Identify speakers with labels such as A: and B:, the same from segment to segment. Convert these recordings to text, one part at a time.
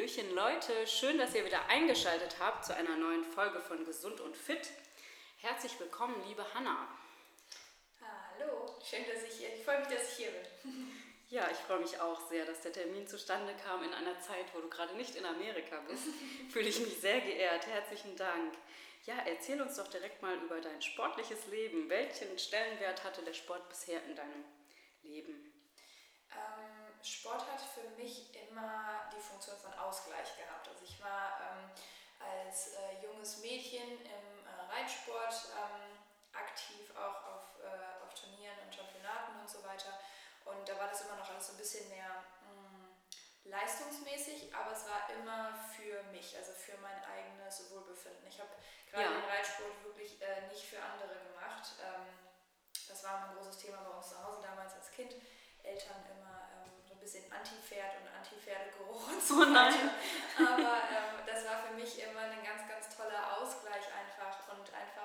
A: Hallöchen Leute, schön, dass ihr wieder eingeschaltet habt zu einer neuen Folge von Gesund und Fit. Herzlich willkommen, liebe Hanna.
B: Hallo, schön, ich freue mich, dass ich hier bin.
A: Ja, ich freue mich auch sehr, dass der Termin zustande kam in einer Zeit, wo du gerade nicht in Amerika bist. Fühle ich mich sehr geehrt. Herzlichen Dank. Ja, erzähl uns doch direkt mal über dein sportliches Leben. Welchen Stellenwert hatte der Sport bisher in deinem Leben?
B: Sport hat für mich immer die Funktion von Ausgleich gehabt. Also ich war als junges Mädchen im Reitsport aktiv, auch auf Turnieren und Championaten und so weiter. Und da war das immer noch alles so ein bisschen mehr leistungsmäßig, aber es war immer für mich, also für mein eigenes Wohlbefinden. Ich habe gerade den Reitsport wirklich nicht für andere gemacht. Das war immer ein großes Thema bei uns zu Hause damals als Kind. Eltern immer so ein bisschen Anti-Pferd und Anti-Pferdegeruch und so weiter. Aber das war für mich immer ein ganz, ganz toller Ausgleich einfach und einfach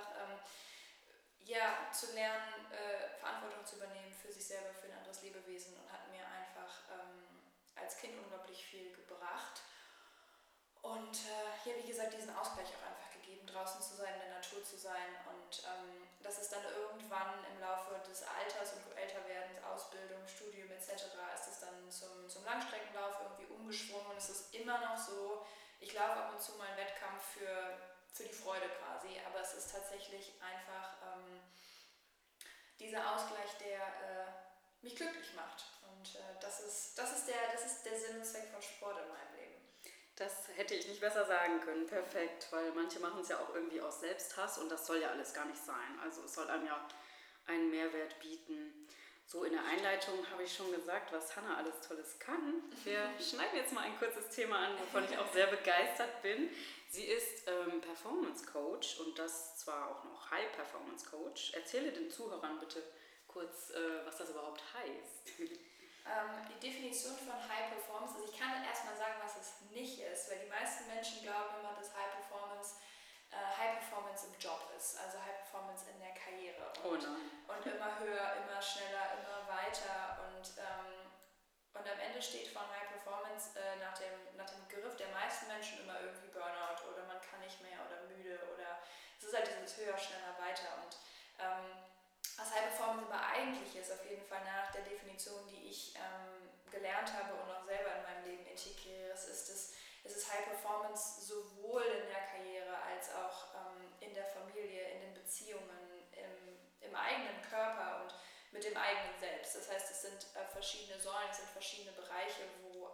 B: zu lernen, Verantwortung zu übernehmen für sich selber, für ein anderes Lebewesen und hat mir einfach als Kind unglaublich viel gebracht. Und wie gesagt, diesen Ausgleich auch einfach gegeben, draußen zu sein, in der Natur zu sein. Und das ist dann irgendwann im Laufe des Alters und Älterwerdens, Ausbildung, Studium etc., ist es dann zum Langstreckenlauf irgendwie umgeschwungen. Und es ist immer noch so, ich laufe ab und zu mal einen Wettkampf für die Freude quasi, aber es ist tatsächlich einfach dieser Ausgleich, der mich glücklich macht. Und das ist der Sinn und Zweck von Sport in meinem Leben.
A: Das hätte ich nicht besser sagen können. Perfekt, weil manche machen es ja auch irgendwie aus Selbsthass und das soll ja alles gar nicht sein. Also es soll einem ja einen Mehrwert bieten. So, in der Einleitung habe ich schon gesagt, was Hanna alles Tolles kann. Wir schneiden jetzt mal ein kurzes Thema an, wovon ich auch sehr begeistert bin. Sie ist Performance Coach und das zwar auch noch High Performance Coach. Erzähle den Zuhörern bitte kurz, was das überhaupt heißt.
B: Die Definition von High Performance, also ich kann erstmal sagen, was es nicht ist, weil die meisten Menschen glauben immer, dass High Performance im Job ist, also High Performance in der Karriere und immer höher, immer schneller, immer weiter und am Ende steht von High Performance nach dem Begriff der meisten Menschen immer irgendwie Burnout oder man kann nicht mehr oder müde oder es ist halt dieses höher, schneller, weiter und was High Performance aber eigentlich ist, auf jeden Fall nach der Definition, die ich gelernt habe und auch selber in meinem Leben integriere, ist High Performance sowohl in der Karriere als auch in der Familie, in den Beziehungen, im eigenen Körper und mit dem eigenen Selbst. Das heißt, es sind verschiedene Säulen, es sind verschiedene Bereiche, wo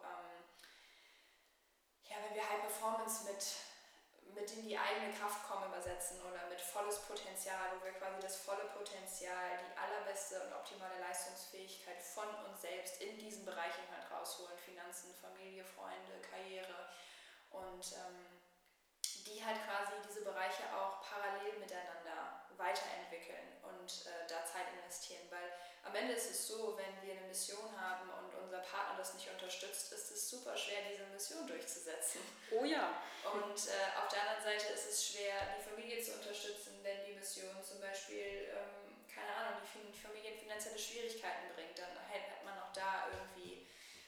B: wenn wir High Performance mit in die eigene Kraft kommen übersetzen oder mit volles Potenzial, wo wir quasi das volle Potenzial, die allerbeste und optimale Leistungsfähigkeit von uns selbst in diesen Bereichen halt rausholen, Finanzen, Familie, Freunde, Karriere und die halt quasi diese Bereiche auch parallel miteinander weiterentwickeln und da Zeit investieren, weil am Ende ist es so, wenn wir eine Mission haben und unser Partner das nicht unterstützt, ist es super schwer, diese Mission durchzusetzen.
A: Oh ja.
B: Und auf der anderen Seite ist es schwer, die Familie zu unterstützen, wenn die Mission zum Beispiel, die Familie in finanzielle Schwierigkeiten bringt, dann hat man auch da irgendwie,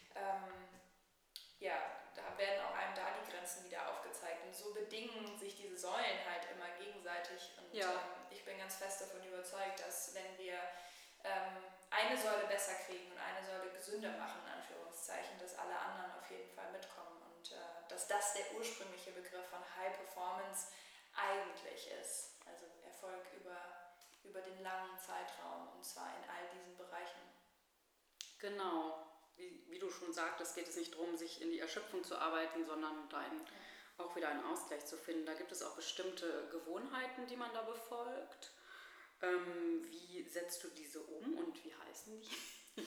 B: da werden auch einem da die Grenzen wieder aufgezeigt. Und so bedingen sich diese Säulen halt immer gegenseitig. Und ich bin ganz fest davon überzeugt, dass wenn wir eine Säule besser kriegen und eine Säule gesünder machen, in Anführungszeichen, dass alle anderen auf jeden Fall mitkommen und dass das der ursprüngliche Begriff von High Performance eigentlich ist. Also Erfolg über den langen Zeitraum und zwar in all diesen Bereichen.
A: Genau, wie du schon sagtest, geht es nicht darum, sich in die Erschöpfung zu arbeiten, sondern da auch wieder einen Ausgleich zu finden. Da gibt es auch bestimmte Gewohnheiten, die man da befolgt. Wie setzt du diese um und wie heißen die?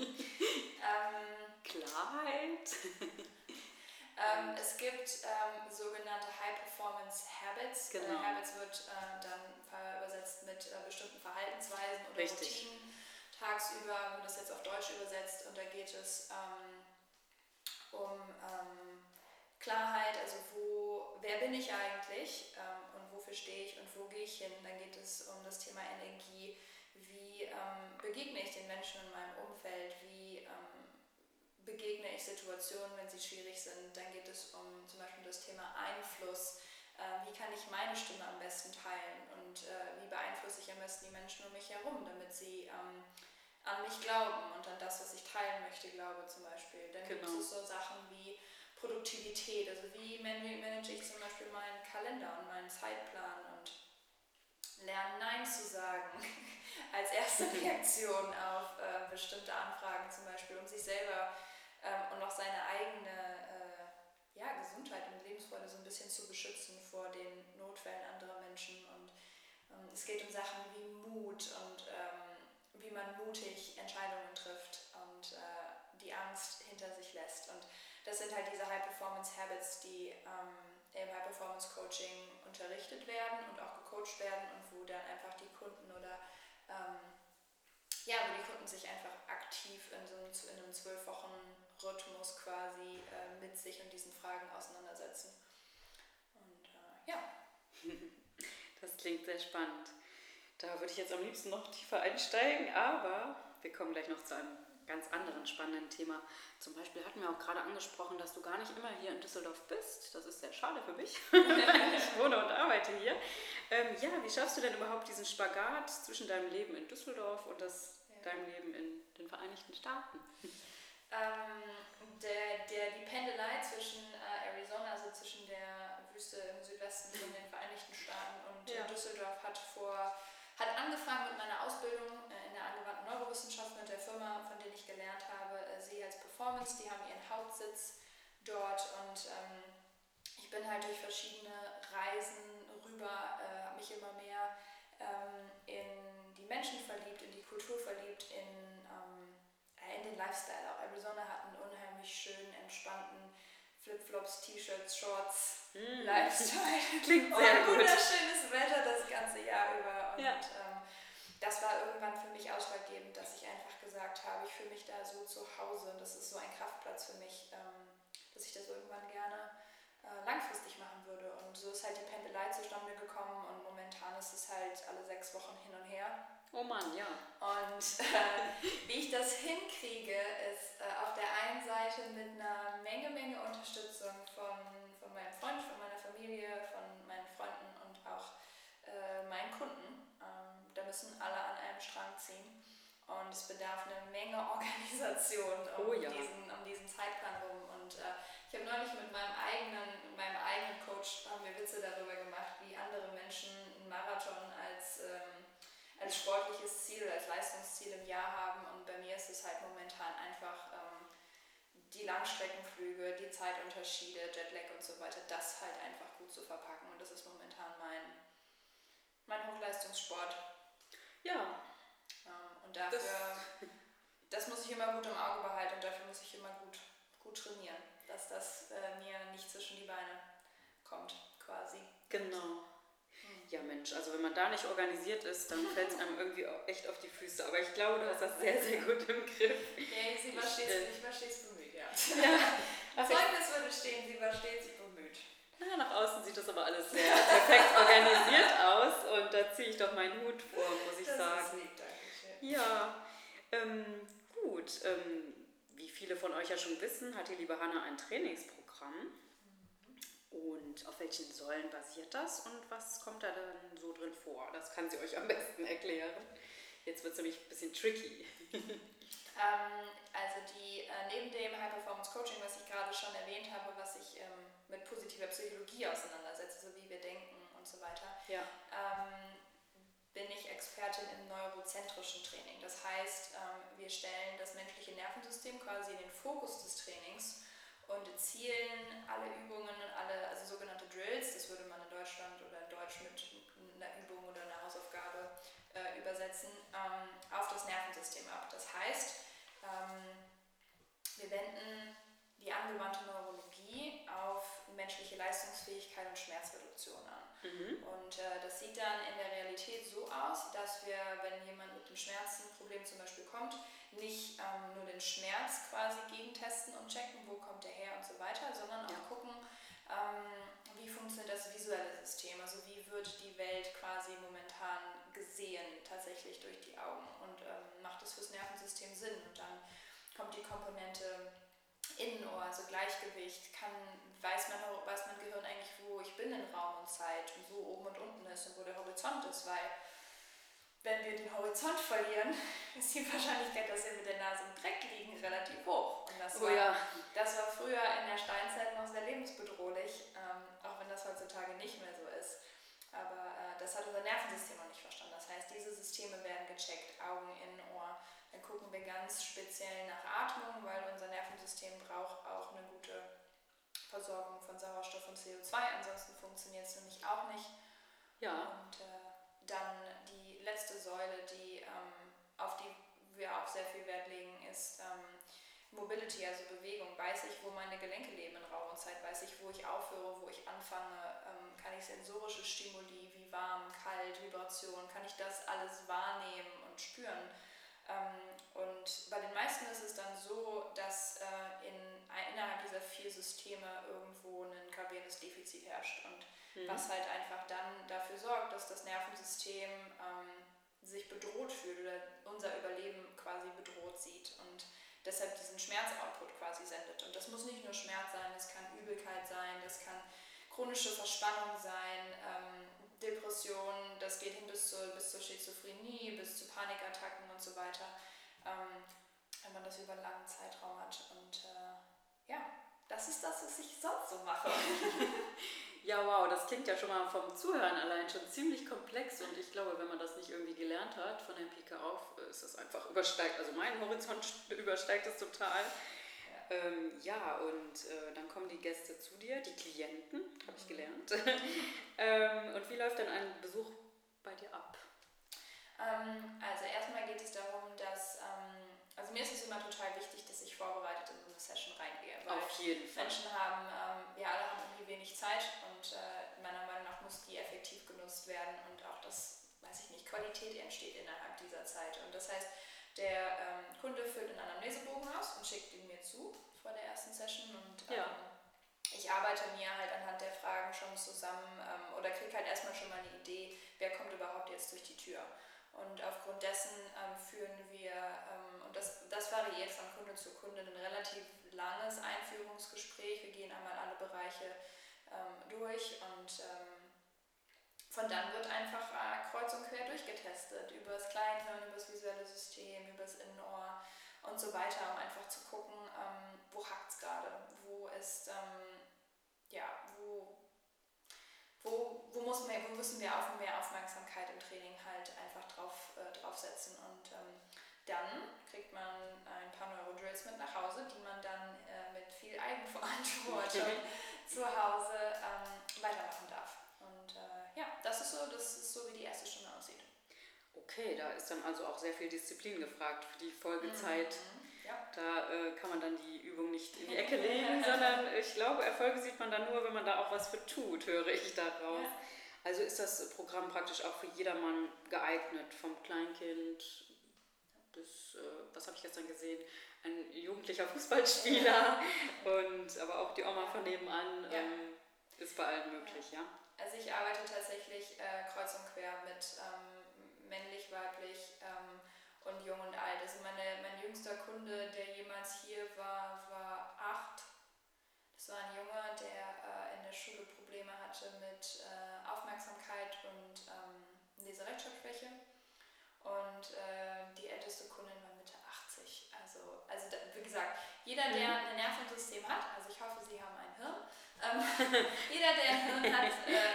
A: Klarheit.
B: Es gibt sogenannte High-Performance Habits.
A: Genau.
B: Habits wird dann übersetzt mit bestimmten Verhaltensweisen oder Routinen tagsüber, wenn man das jetzt auf Deutsch übersetzt. Und da geht es um Klarheit, also wer bin ich eigentlich und wofür stehe ich und wo gehe ich hin. Dann geht es um das Thema Energie, wie begegne ich den Menschen in meinem Umfeld, wie begegne ich Situationen, wenn sie schwierig sind. Dann geht es um Einfluss? Wie kann ich meine Stimme am besten teilen? Und wie beeinflusse ich am besten die Menschen um mich herum, damit sie an mich glauben und an das, was ich teilen möchte, glaube zum Beispiel. Dann gibt es so Sachen wie Produktivität, also wie manage ich zum Beispiel meinen Kalender und meinen Zeitplan und lernen Nein zu sagen als erste Reaktion auf bestimmte Anfragen zum Beispiel, um sich selber und auch seine eigene Gesundheit und Lebensfreude so ein bisschen zu beschützen vor den Notfällen anderer Menschen. Und es geht um Sachen wie Mut und wie man mutig Entscheidungen trifft und die Angst hinter sich lässt. Und das sind halt diese High-Performance-Habits, die im High-Performance-Coaching unterrichtet werden und auch gecoacht werden und wo dann einfach die Kunden wo die Kunden sich einfach aktiv in einem 12-Wochen-Rhythmus quasi mit sich und diesen Fragen auseinandersetzen. Und
A: Das klingt sehr spannend. Da würde ich jetzt am liebsten noch tiefer einsteigen, aber wir kommen gleich noch zu einem ganz anderen spannenden Thema. Zum Beispiel hatten wir auch gerade angesprochen, dass du gar nicht immer hier in Düsseldorf bist. Das ist sehr schade für mich. Ich wohne und arbeite hier. Wie schaffst du denn überhaupt diesen Spagat zwischen deinem Leben in Düsseldorf und deinem Leben in den Vereinigten Staaten?
B: Die Pendelei zwischen Arizona, also zwischen der Wüste im Südwesten von den Vereinigten Staaten und Düsseldorf hat angefangen mit meiner Ausbildung in der angewandten Neurowissenschaft mit der Firma, von der ich gelernt habe, Sie als Performance. Die haben ihren Hauptsitz dort und ich bin halt durch verschiedene Reisen rüber, habe mich immer mehr in die Menschen verliebt, in die Kultur verliebt, in den Lifestyle. Auch Arizona hat einen unheimlich schönen, entspannten Flipflops, T-Shirts, Shorts, Lifestyle.
A: Klingt sehr gut.
B: Wunderschönes Wetter das ganze Jahr über. Und das war irgendwann für mich ausschlaggebend, dass ich einfach gesagt habe, ich fühle mich da so zu Hause und das ist so ein Kraftplatz für mich, dass ich das irgendwann gerne langfristig machen würde. Und so ist halt die Pendelei zustande gekommen und momentan ist es halt alle 6 Wochen hin und her.
A: Oh Mann, ja.
B: Und wie ich das hinkriege, ist auf der einen Seite mit einer Menge Unterstützung von meinem Freund, von meiner Familie, von meinen Freunden und auch meinen Kunden. Da müssen alle an einem Strang ziehen. Und es bedarf eine Menge Organisation um diesen Zeitplan rum. Und ich habe neulich mit meinem eigenen Coach, haben wir Witze darüber gemacht, wie andere Menschen einen Marathon als sportliches Ziel, als Leistungsziel im Jahr haben. Und bei mir ist es halt momentan einfach die Langstreckenflüge, die Zeitunterschiede, Jetlag und so weiter, das halt einfach gut zu verpacken. Und das ist momentan mein Hochleistungssport.
A: Ja.
B: Und dafür, das muss ich immer gut im Auge behalten und dafür muss ich immer gut trainieren, dass das mir nicht zwischen die Beine kommt, quasi.
A: Genau. Ja Mensch, also wenn man da nicht organisiert ist, dann fällt es einem irgendwie auch echt auf die Füße. Aber ich glaube, du hast das sehr, sehr gut im Griff.
B: Ja, sie war stets bemüht, ja. Zeugnis würde stehen, sie war stets bemüht.
A: Ja, nach außen sieht das aber alles sehr perfekt organisiert aus und da ziehe ich doch meinen Hut vor, muss ich sagen.
B: Das ist lieb, danke schön.
A: Ja, gut. Wie viele von euch ja schon wissen, hat die liebe Hanna ein Trainingsprogramm. Und auf welchen Säulen basiert das und was kommt da dann so drin vor? Das kann sie euch am besten erklären. Jetzt wird es nämlich ein bisschen tricky.
B: Also neben dem High-Performance-Coaching, was ich gerade schon erwähnt habe, was sich mit positiver Psychologie auseinandersetzt, so wie wir denken und so weiter, bin ich Expertin im neurozentrischen Training. Das heißt, wir stellen das menschliche Nervensystem quasi in den Fokus des Trainings und zielen alle Übungen und also sogenannte Drills, das würde man in Deutschland oder in Deutsch mit einer Übung oder einer Hausaufgabe übersetzen, auf das Nervensystem ab. Das heißt, wir wenden die angewandte Neurologie auf menschliche Leistungsfähigkeit und Schmerzreduktion an. Und das sieht dann in der Realität so aus, dass wir, wenn jemand mit einem Schmerzenproblem zum Beispiel kommt, nicht nur den Schmerz quasi gegentesten und checken, wo kommt der her und so weiter, sondern auch gucken, wie funktioniert das visuelle System, also wie wird die Welt quasi momentan gesehen, tatsächlich durch die Augen und macht das fürs Nervensystem Sinn und dann kommt die Komponente Innenohr, also Gleichgewicht, weiß mein Gehirn eigentlich, wo ich bin Binnenraum und Zeit und wo oben und unten ist und wo der Horizont ist, weil wenn wir den Horizont verlieren, ist die Wahrscheinlichkeit, dass wir mit der Nase im Dreck liegen, relativ hoch. Und das war früher in der Steinzeit noch sehr lebensbedrohlich, auch wenn das heutzutage nicht mehr so ist. Aber das hat unser Nervensystem noch nicht verstanden. Das heißt, diese Systeme werden gecheckt, Augen, Innen, Ohr. Dann gucken wir ganz speziell nach Atmung, weil unser Nervensystem braucht auch eine gute Versorgung von Sauerstoff und CO2, ansonsten funktioniert es nämlich auch nicht.
A: Ja.
B: Und dann die letzte Säule, auf die wir auch sehr viel Wert legen, ist Mobility, also Bewegung. Weiß ich, wo meine Gelenke leben in Raum und Zeit? Weiß ich, wo ich aufhöre, wo ich anfange? Kann ich sensorische Stimuli wie warm, kalt, Vibration, kann ich das alles wahrnehmen und spüren? Und bei den meisten ist es dann so, dass innerhalb dieser 4 Systeme irgendwo ein gravierendes Defizit herrscht. Und was halt einfach dann dafür sorgt, dass das Nervensystem sich bedroht fühlt oder unser Überleben quasi bedroht sieht und deshalb diesen Schmerzoutput quasi sendet. Und das muss nicht nur Schmerz sein, das kann Übelkeit sein, das kann chronische Verspannung sein, Depression, das geht hin bis zur Schizophrenie, bis zu Panikattacken und so weiter, wenn man das über einen langen Zeitraum hat. Und das ist das, was ich sonst so mache.
A: Ja, wow, das klingt ja schon mal vom Zuhören allein schon ziemlich komplex und ich glaube, wenn man das nicht irgendwie gelernt hat, von der Pike auf, ist das einfach übersteigt, also mein Horizont übersteigt es total. Und dann kommen die Gäste zu dir, die Klienten, habe ich gelernt. Und wie läuft dann ein Besuch bei dir ab?
B: Also erstmal geht es darum, dass, also mir ist es immer total wichtig, dass ich vorbereitet in so eine Session reingehe. Weil
A: auf jeden Fall.
B: Menschen haben, wir alle haben irgendwie wenig Zeit und meiner Meinung nach muss die effektiv genutzt werden und auch das, weiß ich nicht, Qualität entsteht innerhalb dieser Zeit. Und das heißt, der Kunde füllt einen Anamnesebogen aus und schickt ihn mir zu vor der ersten Session und ich arbeite mir halt anhand der Fragen schon zusammen oder kriege halt erstmal schon mal eine Idee, wer kommt überhaupt jetzt durch die Tür. Und aufgrund dessen führen wir, und das variiert von Kunde zu Kunde, ein relativ langes Einführungsgespräch. Wir gehen einmal alle Bereiche durch und von dann wird einfach kreuz und quer durchgetestet, über das Kleinhirn, über das visuelle System, über das Innenohr und so weiter, um einfach zu gucken, wo hakt es gerade, wo ist, wo müssen wir auf mehr Aufmerksamkeit im Training halt einfach draufsetzen. Und dann kriegt man ein paar Neurodrills mit nach Hause, die man dann mit viel Eigenverantwortung zu Hause weitermachen darf. Und das ist so, wie die erste Stunde aussieht.
A: Okay, da ist dann also auch sehr viel Disziplin gefragt für die Folgezeit.
B: Ja.
A: Da kann man dann die Übung nicht in die Ecke legen, sondern ich glaube, Erfolge sieht man dann nur, wenn man da auch was für tut, höre ich daraus. Ja. Also ist das Programm praktisch auch für jedermann geeignet, vom Kleinkind bis, was habe ich gestern gesehen, ein jugendlicher Fußballspieler und aber auch die Oma von nebenan ist bei allen möglich, ja?
B: Also ich arbeite tatsächlich kreuz und quer mit männlich, weiblich und jung und alt. Also mein jüngster Kunde, der jemals hier war 8. Das war ein Junge, der in der Schule Probleme hatte mit Aufmerksamkeit und Leserechtschreibschwäche. Und die älteste Kundin war Mitte 80. Also wie gesagt, jeder, der ein Nervensystem hat, also ich hoffe, Sie haben ein Hirn, jeder, der ein Hirn hat,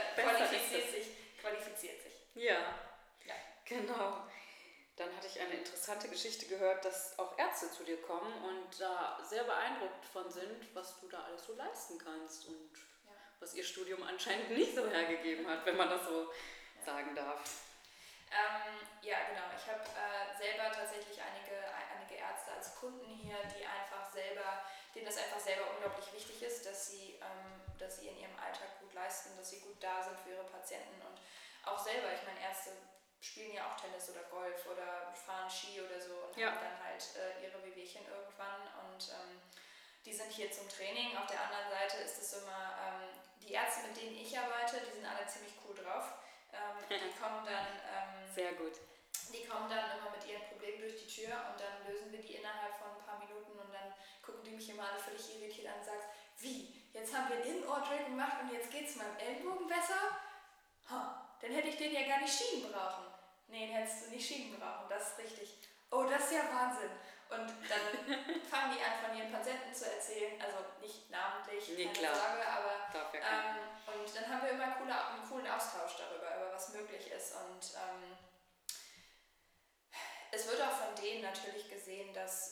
B: qualifiziert sich.
A: Ja, genau. Dann hatte ich eine interessante Geschichte gehört, dass auch Ärzte zu dir kommen und da sehr beeindruckt von sind, was du da alles so leisten kannst und was ihr Studium anscheinend nicht so hergegeben hat, wenn man das so sagen darf.
B: Genau. Ich habe selber tatsächlich einige Ärzte als Kunden hier, denen das einfach selber unglaublich wichtig ist, dass sie in ihrem Alltag gut leisten, dass sie gut da sind für ihre Patienten und auch selber, ich meine, Ärzte spielen ja auch Tennis oder Golf oder fahren Ski oder so und haben dann halt ihre Wehwehchen irgendwann und die sind hier zum Training. Auf der anderen Seite ist es immer, die Ärzte, mit denen ich arbeite, die sind alle ziemlich cool drauf. Die kommen dann
A: sehr gut.
B: Die kommen dann immer mit ihren Problemen durch die Tür und dann lösen wir die innerhalb von ein paar Minuten und dann gucken die mich immer alle völlig irritiert an und sagen, wie? jetzt haben wir einen In-Ohr-Drill gemacht und jetzt geht es meinem Ellbogen besser. Dann hätte ich den ja gar nicht schieben brauchen. Nee, den hättest du nicht schieben brauchen, das ist richtig. Oh, das ist ja Wahnsinn. Und dann fangen die an, von ihren Patienten zu erzählen, also nicht namentlich, keine Sorge, aber und dann haben wir immer einen coolen Austausch darüber, über was möglich ist. Und es wird auch von denen natürlich gesehen, dass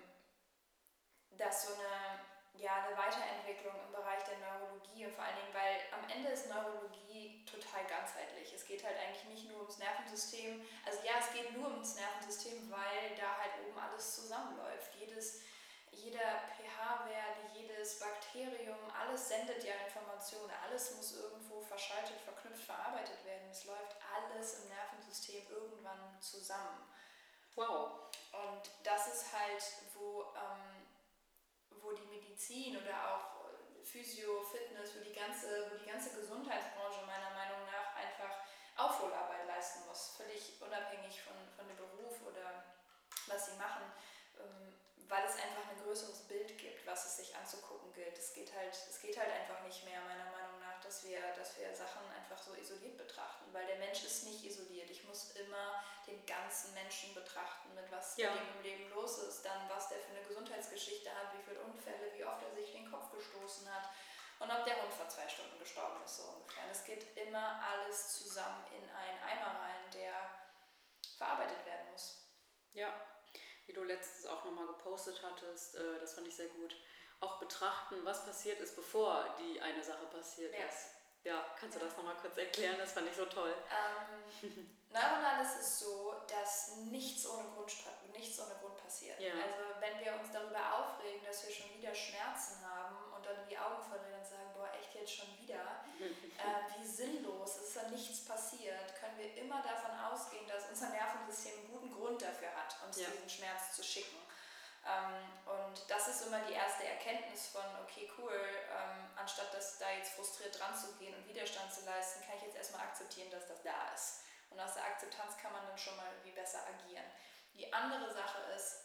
B: so eine Weiterentwicklung im Bereich der Neurologie und vor allen Dingen, weil am Ende ist Neurologie total ganzheitlich. Es geht halt eigentlich nicht nur ums Nervensystem, also ja, es geht nur ums Nervensystem, weil da halt oben alles zusammenläuft. Jeder pH-Wert, jedes Bakterium, alles sendet ja Informationen, alles muss irgendwo verschaltet, verknüpft, verarbeitet werden. Es läuft alles im Nervensystem irgendwann zusammen.
A: Wow.
B: Und das ist halt, wo die Medizin oder auch Physio, Fitness, wo die ganze Gesundheitsbranche meiner Meinung nach einfach Aufholarbeit leisten muss, völlig unabhängig von dem Beruf oder was sie machen, weil es einfach ein größeres Bild gibt, was es sich anzugucken gilt. Es geht halt einfach nicht mehr, meiner Meinung nach, dass wir Sachen einfach so isoliert betrachten, weil der Mensch ist nicht isoliert. Ich muss immer den ganzen Menschen betrachten, mit was bei dem im Leben los ist, dann was der für eine Gesundheitsgeschichte hat, wie viele Unfälle, wie oft er sich den Kopf gestoßen hat und ob der Hund vor 2 Stunden gestorben ist, so ungefähr. Und es geht immer alles zusammen in einen Eimer rein, der verarbeitet werden muss.
A: Ja, wie du letztens auch nochmal gepostet hattest, das fand ich sehr gut. Auch betrachten, was passiert ist, bevor die eine Sache passiert ist. Ja, kannst du das nochmal kurz erklären? Das fand ich so toll.
B: Neuronal ist es so, dass nichts ohne Grund passiert.
A: Ja.
B: Also wenn wir uns darüber aufregen, dass wir schon wieder Schmerzen haben und dann die Augen verdrehen und sagen, boah, echt jetzt schon wieder, wie sinnlos, es ist ja nichts passiert, können wir immer davon ausgehen, dass unser Nervensystem einen guten Grund dafür hat, uns diesen Schmerz zu schicken. Und das ist immer die erste Erkenntnis von, okay, cool, anstatt dass da jetzt frustriert dran zu gehen und Widerstand zu leisten, kann ich jetzt erstmal akzeptieren, dass das da ist. Und aus der Akzeptanz kann man dann schon mal irgendwie besser agieren. Die andere Sache ist,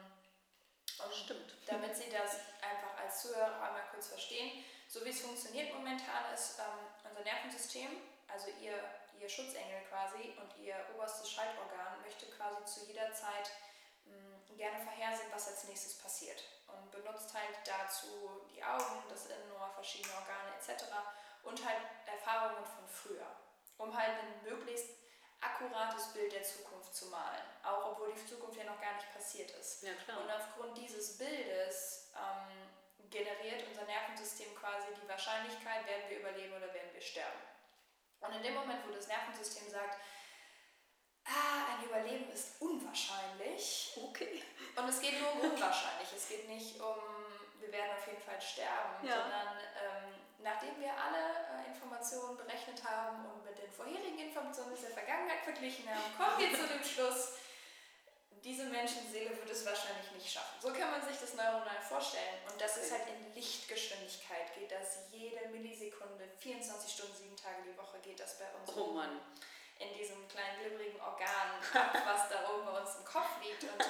B: damit Sie das einfach als Zuhörer einmal kurz verstehen, so wie es funktioniert momentan ist unser Nervensystem, also Ihr Schutzengel quasi und Ihr oberstes Schaltorgan möchte quasi zu jeder Zeit gerne vorhersehen, was als nächstes passiert und benutzt halt dazu die Augen, das Innenohr, verschiedene Organe etc. und halt Erfahrungen von früher, um halt ein möglichst akkurates Bild der Zukunft zu malen, auch obwohl die Zukunft ja noch gar nicht passiert ist.
A: Ja, klar.
B: Und aufgrund dieses Bildes generiert unser Nervensystem quasi die Wahrscheinlichkeit, werden wir überleben oder werden wir sterben. Und in dem Moment, wo das Nervensystem sagt, ein Überleben ist unwahrscheinlich.
A: Okay.
B: Und es geht nur um unwahrscheinlich. Es geht nicht um, wir werden auf jeden Fall sterben, sondern nachdem wir alle Informationen berechnet haben und mit den vorherigen Informationen aus der Vergangenheit verglichen haben, kommen wir zu dem Schluss, diese Menschenseele wird es wahrscheinlich nicht schaffen. So kann man sich das neuronal vorstellen. Und das ist halt in Lichtgeschwindigkeit, geht das jede Millisekunde, 24 Stunden, 7 Tage die Woche geht das bei uns.
A: Oh Mann.
B: In diesem kleinen glibberigen Organ, was da oben bei uns im Kopf liegt. Und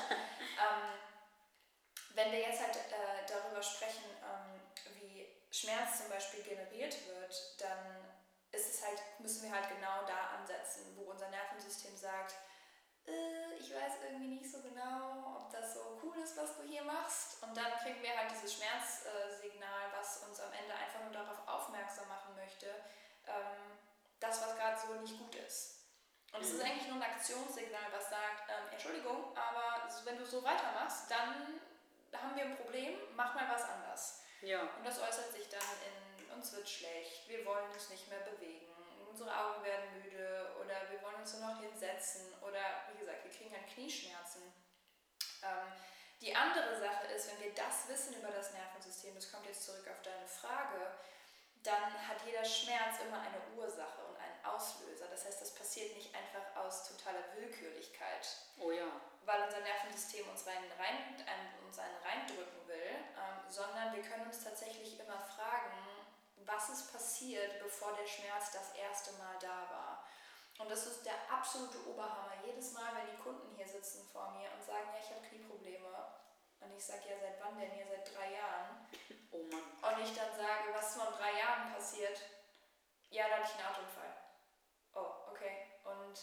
B: wenn wir jetzt halt darüber sprechen, wie Schmerz zum Beispiel generiert wird, dann müssen wir halt genau da ansetzen, wo unser Nervensystem sagt, ich weiß irgendwie nicht so genau, ob das so cool ist, was du hier machst. Und dann kriegen wir halt dieses Schmerzsignal, was uns am Ende einfach nur darauf aufmerksam machen möchte, das, was gerade so nicht gut ist. Und es ist eigentlich nur ein Aktionssignal, was sagt, Entschuldigung, aber wenn du so weitermachst, dann haben wir ein Problem, mach mal was anders.
A: Ja.
B: Und das äußert sich dann in, uns wird schlecht, wir wollen uns nicht mehr bewegen, unsere Augen werden müde oder wir wollen uns nur noch hinsetzen oder wie gesagt, wir kriegen halt Knieschmerzen. Die andere Sache ist, wenn wir das wissen über das Nervensystem, das kommt jetzt zurück auf deine Frage, dann hat jeder Schmerz immer eine Ursache und einen Auslöser. Das heißt, das passiert nicht einfach aus totaler Willkürlichkeit.
A: Oh ja.
B: Weil unser Nervensystem uns einen reindrücken will, sondern wir können uns tatsächlich immer fragen, was ist passiert, bevor der Schmerz das erste Mal da war. Und das ist der absolute Oberhammer. Jedes Mal, wenn die Kunden hier sitzen vor mir und sagen, ja, ich habe Knieprobleme, Und ich sage, ja, seit wann denn? Ja, seit 3 Jahren.
A: Oh Mann.
B: Und ich dann sage, was vor 3 Jahren passiert? Ja, da hatte ich einen Autounfall. Oh, okay. Und,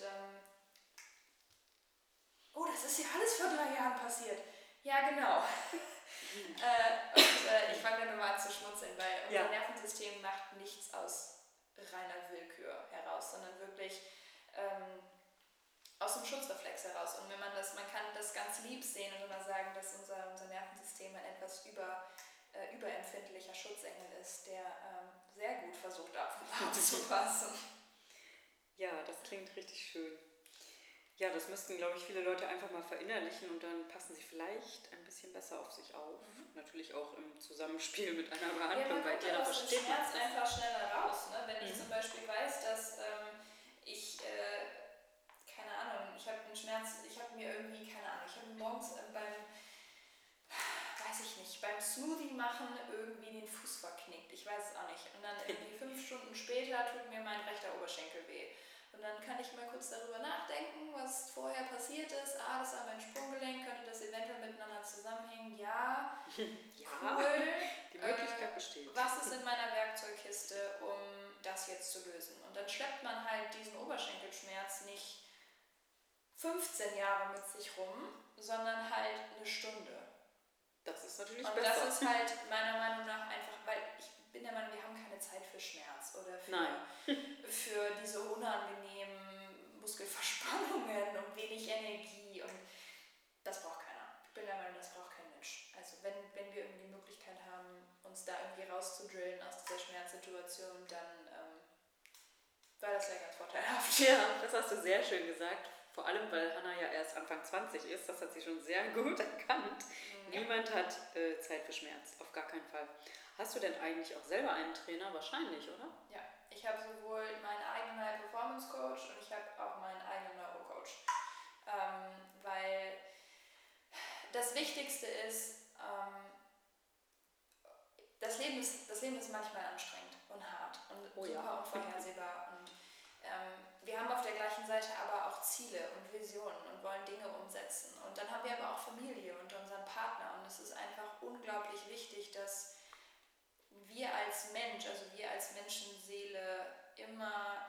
B: oh, das ist ja alles vor 3 Jahren passiert. Ja, genau. Ich fange dann immer an zu schmunzeln, weil unser Nervensystem macht nichts aus reiner Willkür heraus, sondern wirklich aus dem Schutzreflex heraus. Und wenn man kann das ganz lieb sehen und immer sagen, dass unser Nervensystem ein etwas überempfindlicher Schutzengel ist, der sehr gut versucht aufzupassen.
A: Ja, das klingt richtig schön. Ja, das müssten, glaube ich, viele Leute einfach mal verinnerlichen und dann passen sie vielleicht ein bisschen besser auf sich auf. Natürlich auch im Zusammenspiel mit einer Behandlung,
B: weil
A: jeder versteht man
B: Schmerz einfach schneller raus. Ne? Wenn ich zum Beispiel weiß, dass ich, keine Ahnung, ich habe einen Schmerz, ich habe mir morgens beim Smoothie machen irgendwie den Fuß verknickt. Ich weiß es auch nicht. Und dann irgendwie 5 Stunden später tut mir mein rechter Oberschenkel weh. Und dann kann ich mal kurz darüber nachdenken, was vorher passiert ist. Das war mein Sprunggelenk, könnte das eventuell miteinander zusammenhängen? Ja, cool.
A: Die Möglichkeit besteht.
B: Was ist in meiner Werkzeugkiste, um das jetzt zu lösen? Und dann schleppt man halt diesen Oberschenkelschmerz nicht 15 Jahre mit sich rum, sondern halt eine Stunde.
A: Das ist natürlich
B: und
A: besser.
B: Und das ist halt meiner Meinung nach einfach, weil ich bin der Meinung, wir haben keine Zeit für Schmerz oder für diese unangenehmen Muskelverspannungen und wenig Energie und das braucht keiner. Ich bin der Meinung, das braucht kein Mensch. Also wenn wir irgendwie die Möglichkeit haben, uns da irgendwie rauszudrillen aus dieser Schmerzsituation, dann war das ja ganz vorteilhaft.
A: Ja, das hast du sehr schön gesagt. Vor allem, weil Hannah ja erst Anfang 20 ist, das hat sie schon sehr gut erkannt. Ja. Niemand hat Zeit für Schmerz, auf gar keinen Fall. Hast du denn eigentlich auch selber einen Trainer? Wahrscheinlich, oder?
B: Ja, ich habe sowohl meinen eigenen High-Performance-Coach und ich habe auch meinen eigenen Neurocoach. Weil das Wichtigste ist, das Leben ist manchmal anstrengend und hart und super unvorhersehbar. Und wir haben auf der gleichen Seite aber auch Ziele und Visionen und wollen Dinge umsetzen. Und dann haben wir aber auch Familie und unseren Partner. Und es ist einfach unglaublich wichtig, dass wir als Mensch, also wir als Menschenseele immer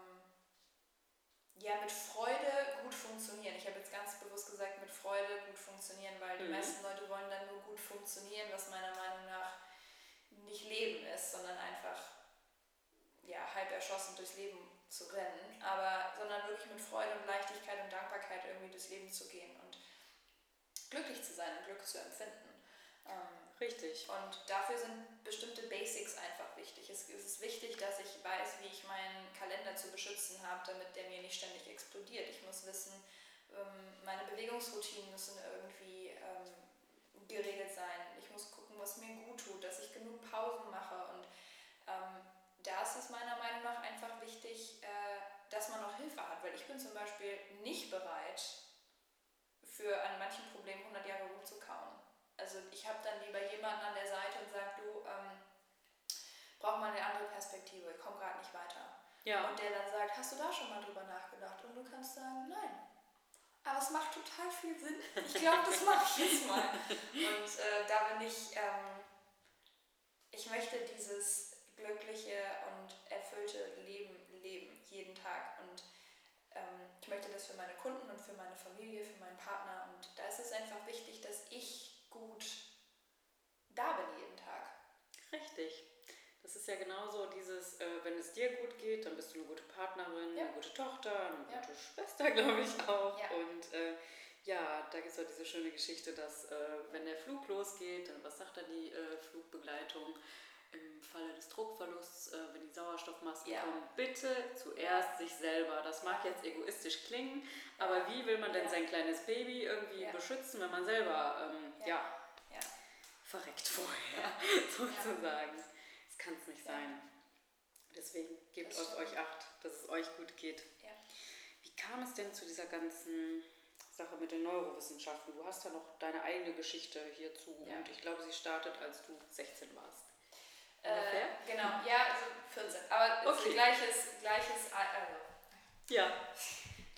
B: mit Freude gut funktionieren. Ich habe jetzt ganz bewusst gesagt, mit Freude gut funktionieren, weil die meisten Leute wollen dann nur gut funktionieren, was meiner Meinung nach nicht Leben ist, sondern einfach halb erschossen durchs Leben zu rennen, sondern wirklich mit Freude und Leichtigkeit und Dankbarkeit irgendwie durchs Leben zu gehen und glücklich zu sein und Glück zu empfinden.
A: Richtig.
B: Und dafür sind bestimmte Basics einfach wichtig. Es ist wichtig, dass ich weiß, wie ich meinen Kalender zu beschützen habe, damit der mir nicht ständig explodiert. Ich muss wissen, meine Bewegungsroutinen müssen irgendwie geregelt sein. Ich muss gucken, was mir gut tut, dass ich genug Pausen mache. Und da ist es meiner Meinung nach einfach wichtig, dass man auch Hilfe hat. Weil ich bin zum Beispiel nicht bereit, an manchen Problemen 100 Jahre rumzukauen. Also ich habe dann lieber jemanden an der Seite und sage, du, brauch mal eine andere Perspektive, ich komme gerade nicht weiter.
A: Ja.
B: Und der dann sagt, hast du da schon mal drüber nachgedacht? Und du kannst sagen, nein. Aber es macht total viel Sinn. Ich glaube, das mache ich jetzt mal. Und da bin ich möchte dieses glückliche und erfüllte Leben leben, jeden Tag. Und ich möchte das für meine Kunden und für meine Familie, für meinen Partner. Und da ist es einfach wichtig, dass ich gut da bin jeden Tag.
A: Richtig. Das ist ja genauso dieses, wenn es dir gut geht, dann bist du eine gute Partnerin, eine gute Tochter, eine gute Schwester, glaube ich auch. Ja. Und da gibt es auch diese schöne Geschichte, dass wenn der Flug losgeht, dann was sagt dann die Flugbegleitung? Im Falle des Druckverlusts, wenn die Sauerstoffmasken kommen, bitte zuerst sich selber. Das mag jetzt egoistisch klingen, aber wie will man denn sein kleines Baby irgendwie beschützen, wenn man selber verreckt vorher, sozusagen. Das kann es nicht sein. Deswegen gebt auf euch Acht, dass es euch gut geht.
B: Ja.
A: Wie kam es denn zu dieser ganzen Sache mit den Neurowissenschaften? Du hast ja noch deine eigene Geschichte hierzu und ich glaube, sie startet, als du 16 warst.
B: Genau, also 14. Aber okay. Gleiches also.
A: Ja.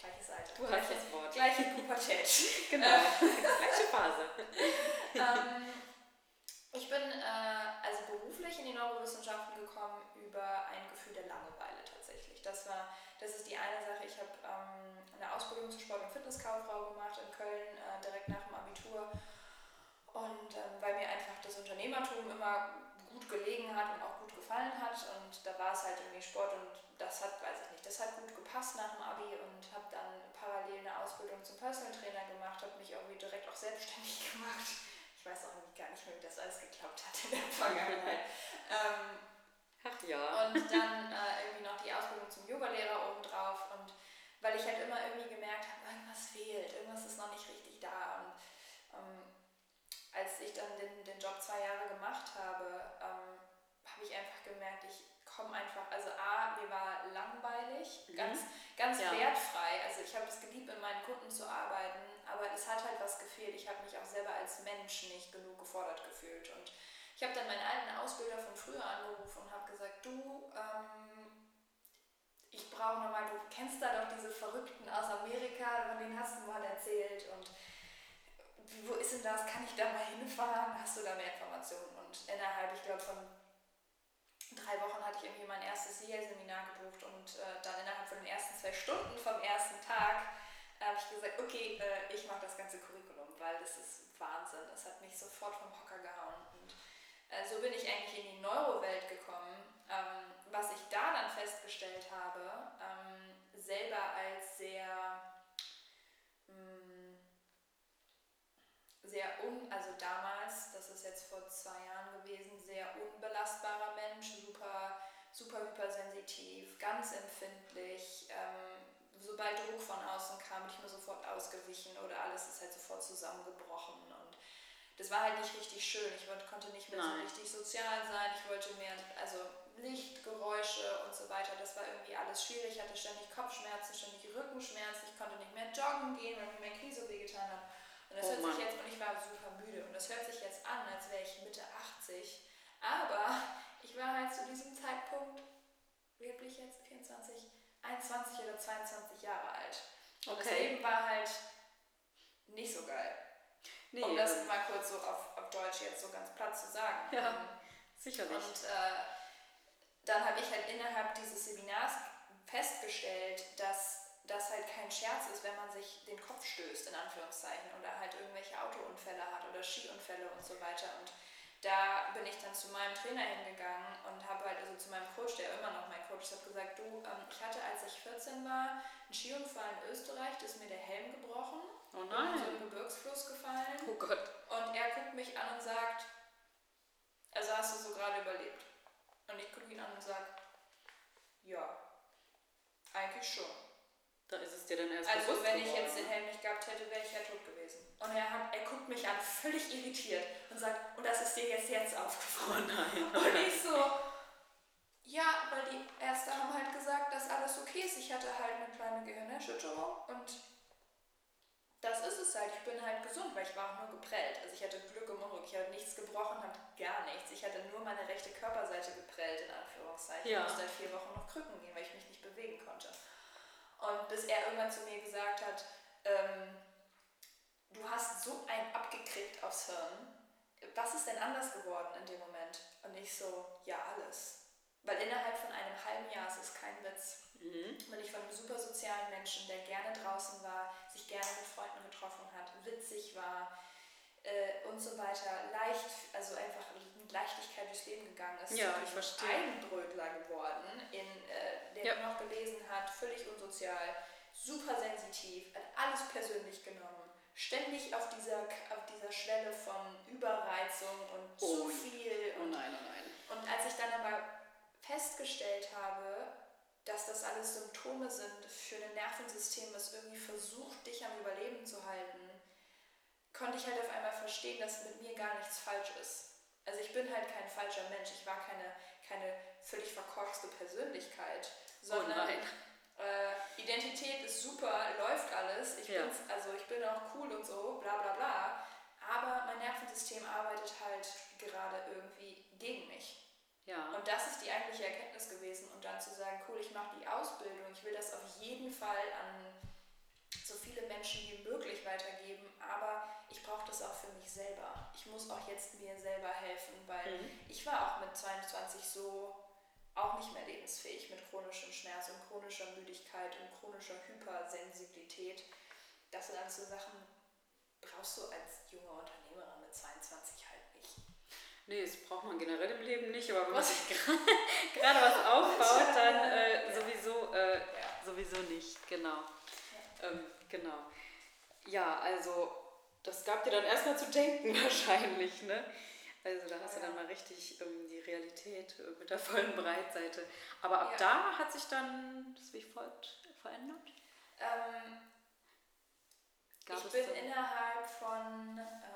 B: gleiche Seite.
A: Du hast das Wort.
B: Gleiche Pubertät.
A: Genau, gleiche Phase.
B: Ich bin also beruflich in die Neurowissenschaften gekommen über ein Gefühl der Langeweile tatsächlich. Das ist die eine Sache. Ich habe eine Ausbildung zur Sport- und Fitnesskauffrau gemacht in Köln, direkt nach dem Abitur. Und weil mir einfach das Unternehmertum immer gut gelegen hat und auch gut gefallen hat. Und da war es halt irgendwie Sport und das hat, weiß ich nicht, das hat gut gepasst nach dem Abi und habe dann parallel eine Ausbildung zum Personal Trainer gemacht, habe mich irgendwie direkt auch selbstständig gemacht. Ich weiß auch gar nicht mehr, wie das alles geklappt hat in der Vergangenheit.
A: Ach ja.
B: Und dann irgendwie noch die Ausbildung zum Yogalehrer obendrauf. Und weil ich halt immer irgendwie gemerkt habe, irgendwas fehlt, irgendwas ist noch nicht richtig da. Und als ich dann den Job 2 Jahre gemacht habe, habe ich einfach gemerkt, ich komme einfach, also mir war langweilig, ganz wertfrei. Also ich habe es geliebt, mit meinen Kunden zu arbeiten, aber es hat halt was gefehlt. Ich habe mich auch selber als Mensch nicht genug gefordert gefühlt. Und ich habe dann meinen alten Ausbilder von früher angerufen und habe gesagt, du, ich brauche nochmal, du kennst da doch diese Verrückten aus Amerika, von denen hast du mal erzählt und wo ist denn das, kann ich da mal hinfahren, hast du da mehr Informationen? Und innerhalb, ich glaube von 3 Wochen hatte ich irgendwie mein erstes SEAL-Seminar gebucht und dann innerhalb von den ersten 2 Stunden vom ersten Tag habe ich gesagt, okay, ich mache das ganze Curriculum, weil das ist Wahnsinn, das hat mich sofort vom Hocker gehauen. Und so bin ich eigentlich in die Neurowelt gekommen. Was ich da dann festgestellt habe, selber als also damals, das ist jetzt vor 2 Jahren gewesen, sehr unbelastbarer Mensch, super hypersensitiv, ganz empfindlich. Sobald Druck von außen kam, bin ich mir sofort ausgewichen oder alles ist halt sofort zusammengebrochen. Und das war halt nicht richtig schön. Ich konnte nicht mehr so richtig sozial sein. Ich wollte mehr, also Licht, Geräusche und so weiter. Das war irgendwie alles schwierig. Ich hatte ständig Kopfschmerzen, ständig Rückenschmerzen. Ich konnte nicht mehr joggen gehen, weil mir mein Knie so wehgetan hat. Und das hört sich jetzt, und ich war super müde. Und das hört sich jetzt an, als wäre ich Mitte 80. Aber ich war halt zu diesem Zeitpunkt, wie bin ich jetzt, 24, 21 oder 22 Jahre alt. Und das Leben war halt nicht so geil. Nee, um das mal kurz so auf Deutsch jetzt so ganz platt zu sagen.
A: Ja, sicherlich.
B: Und dann habe ich halt innerhalb dieses Seminars festgestellt, dass das halt kein Scherz ist, wenn man sich den Kopf stößt, in Anführungszeichen, oder halt irgendwelche Autounfälle hat oder Skiunfälle und so weiter. Und da bin ich dann zu meinem Trainer hingegangen und habe halt, also zu meinem Coach, der immer noch mein Coach ist, habe gesagt, du, ich hatte, als ich 14 war, einen Skiunfall in Österreich, da ist mir der Helm gebrochen.
A: Oh nein.
B: In so einen Gebirgsfluss gefallen.
A: Oh Gott.
B: Und er guckt mich an und sagt, also hast du so gerade überlebt? Und ich gucke ihn an und sage, ja, eigentlich schon.
A: Da ist es dir dann erst
B: also
A: bewusst
B: wenn ich
A: geworden.
B: jetzt den Helm nicht gehabt hätte, wäre ich ja tot gewesen. Und er guckt mich an, völlig irritiert und sagt, und das ist dir jetzt aufgefallen.
A: Oh nein.
B: Und ich so, ja, weil die Ärzte haben halt gesagt, dass alles okay ist. Ich hatte halt eine kleine Gehirnerschütterung und das ist es halt. Ich bin halt gesund, weil ich war auch nur geprellt. Also ich hatte Glück im Unglück. Ich habe nichts gebrochen, habe gar nichts. Ich hatte nur meine rechte Körperseite geprellt, in Anführungszeichen.
A: Ja.
B: Ich musste seit 4 Wochen noch Krücken gehen, weil ich mich nicht bewegen konnte. Und bis er irgendwann zu mir gesagt hat, du hast so einen abgekriegt aufs Hirn. Was ist denn anders geworden in dem Moment? Und ich so, ja, alles. Weil innerhalb von einem halben Jahr, es ist kein Witz, bin ich von einem super sozialen Menschen, der gerne draußen war, sich gerne mit Freunden getroffen hat, witzig war und so weiter, also einfach mit Leichtigkeit durchs Leben gegangen ist.
A: Ja, ich verstehe.
B: Eigenbrötler geworden, der nur noch gelesen hat, völlig unsozial, super sensitiv, hat alles persönlich genommen, ständig auf dieser Schwelle von Überreizung und zu viel.
A: Oh nein.
B: Und als ich dann aber festgestellt habe, dass das alles Symptome sind für ein Nervensystem, das irgendwie versucht, dich am Überleben zu halten, konnte ich halt auf einmal verstehen, dass mit mir gar nichts falsch ist. Also ich bin halt kein falscher Mensch, ich war keine völlig verkorkste Persönlichkeit, sondern Identität ist super, läuft alles, ich bin auch cool und so, bla bla bla, aber mein Nervensystem arbeitet halt gerade irgendwie gegen mich.
A: Ja.
B: Und das ist die eigentliche Erkenntnis gewesen und dann zu sagen, cool, ich mache die Ausbildung, ich will das auf jeden Fall so viele Menschen wie möglich weitergeben, aber ich brauche das auch für mich selber. Ich muss auch jetzt mir selber helfen, weil ich war auch mit 22 so auch nicht mehr lebensfähig mit chronischem Schmerz und chronischer Müdigkeit und chronischer Hypersensibilität. Das sind alles so Sachen, brauchst du als junge Unternehmerin mit 22 halt nicht.
A: Nee, das braucht man generell im Leben nicht, aber wenn man sich gerade was aufbaut, dann sowieso nicht, genau. Genau. Ja, also das gab dir dann erstmal zu denken wahrscheinlich, ne? Also da hast du dann mal richtig die Realität mit der vollen Breitseite. Aber ab da hat sich dann das wie folgt verändert?
B: Ich bin innerhalb von,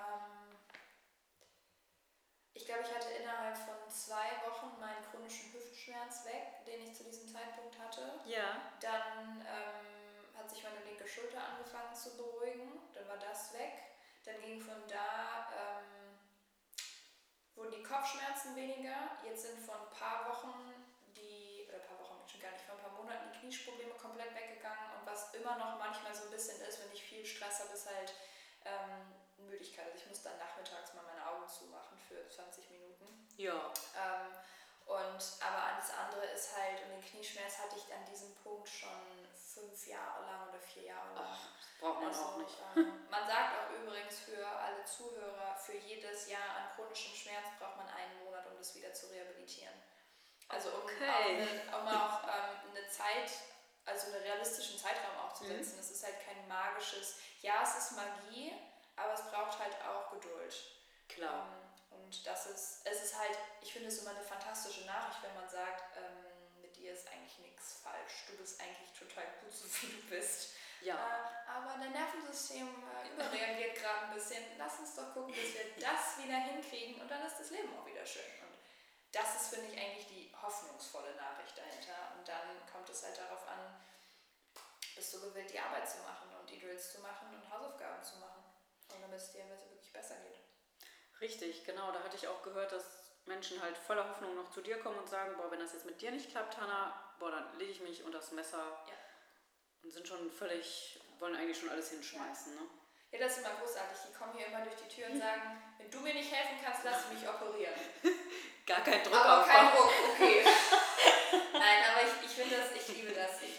B: ich glaube, ich hatte innerhalb von 2 Wochen meinen chronischen Hüftschmerz weg, den ich zu diesem Zeitpunkt hatte.
A: Ja.
B: Dann hat sich meine linke Schulter angefangen zu beruhigen, dann war das weg. Dann ging von da, wurden die Kopfschmerzen weniger. Jetzt sind vor ein paar Wochen schon gar nicht, vor ein paar Monaten die Knieprobleme komplett weggegangen. Und was immer noch manchmal so ein bisschen ist, wenn ich viel Stress habe, ist halt Müdigkeit. Also ich muss dann nachmittags mal meine Augen zumachen für 20 Minuten.
A: Ja.
B: Aber alles andere ist halt, und den Knieschmerz hatte ich an diesem Punkt schon 5 Jahre lang oder 4 Jahre lang.
A: Ach, das braucht man auch nicht.
B: Man sagt auch übrigens für alle Zuhörer, für jedes Jahr an chronischem Schmerz braucht man 1 Monat, um das wieder zu rehabilitieren. Also um auch eine Zeit, also einen realistischen Zeitraum auch zu setzen. Es ist halt kein magisches, es ist Magie, aber es braucht halt auch Geduld.
A: Klar.
B: Und es ist halt, ich finde es immer eine fantastische Nachricht, wenn man sagt, mit dir ist eigentlich nichts falsch. Du bist eigentlich total gut, so wie du bist.
A: Ja.
B: Aber dein Nervensystem überreagiert gerade ein bisschen. Lass uns doch gucken, dass wir das wieder hinkriegen und dann ist das Leben auch wieder schön. Und das ist, finde ich, eigentlich die hoffnungsvolle Nachricht dahinter. Und dann kommt es halt darauf an, bist du gewillt, die Arbeit zu machen und die Drills zu machen und Hausaufgaben zu machen. Und damit es dir wirklich besser geht.
A: Richtig, genau. Da hatte ich auch gehört, dass Menschen halt voller Hoffnung noch zu dir kommen und sagen, wenn das jetzt mit dir nicht klappt, Hannah, dann lege ich mich unter das Messer und sind schon wollen eigentlich schon alles hinschmeißen, ne?
B: Ja, das ist immer großartig. Die kommen hier immer durch die Tür und sagen, wenn du mir nicht helfen kannst, lass mich operieren.
A: Gar kein Druck
B: aber
A: aufbauen.
B: Kein Druck, okay. Nein, aber ich finde das, ich liebe das. Ich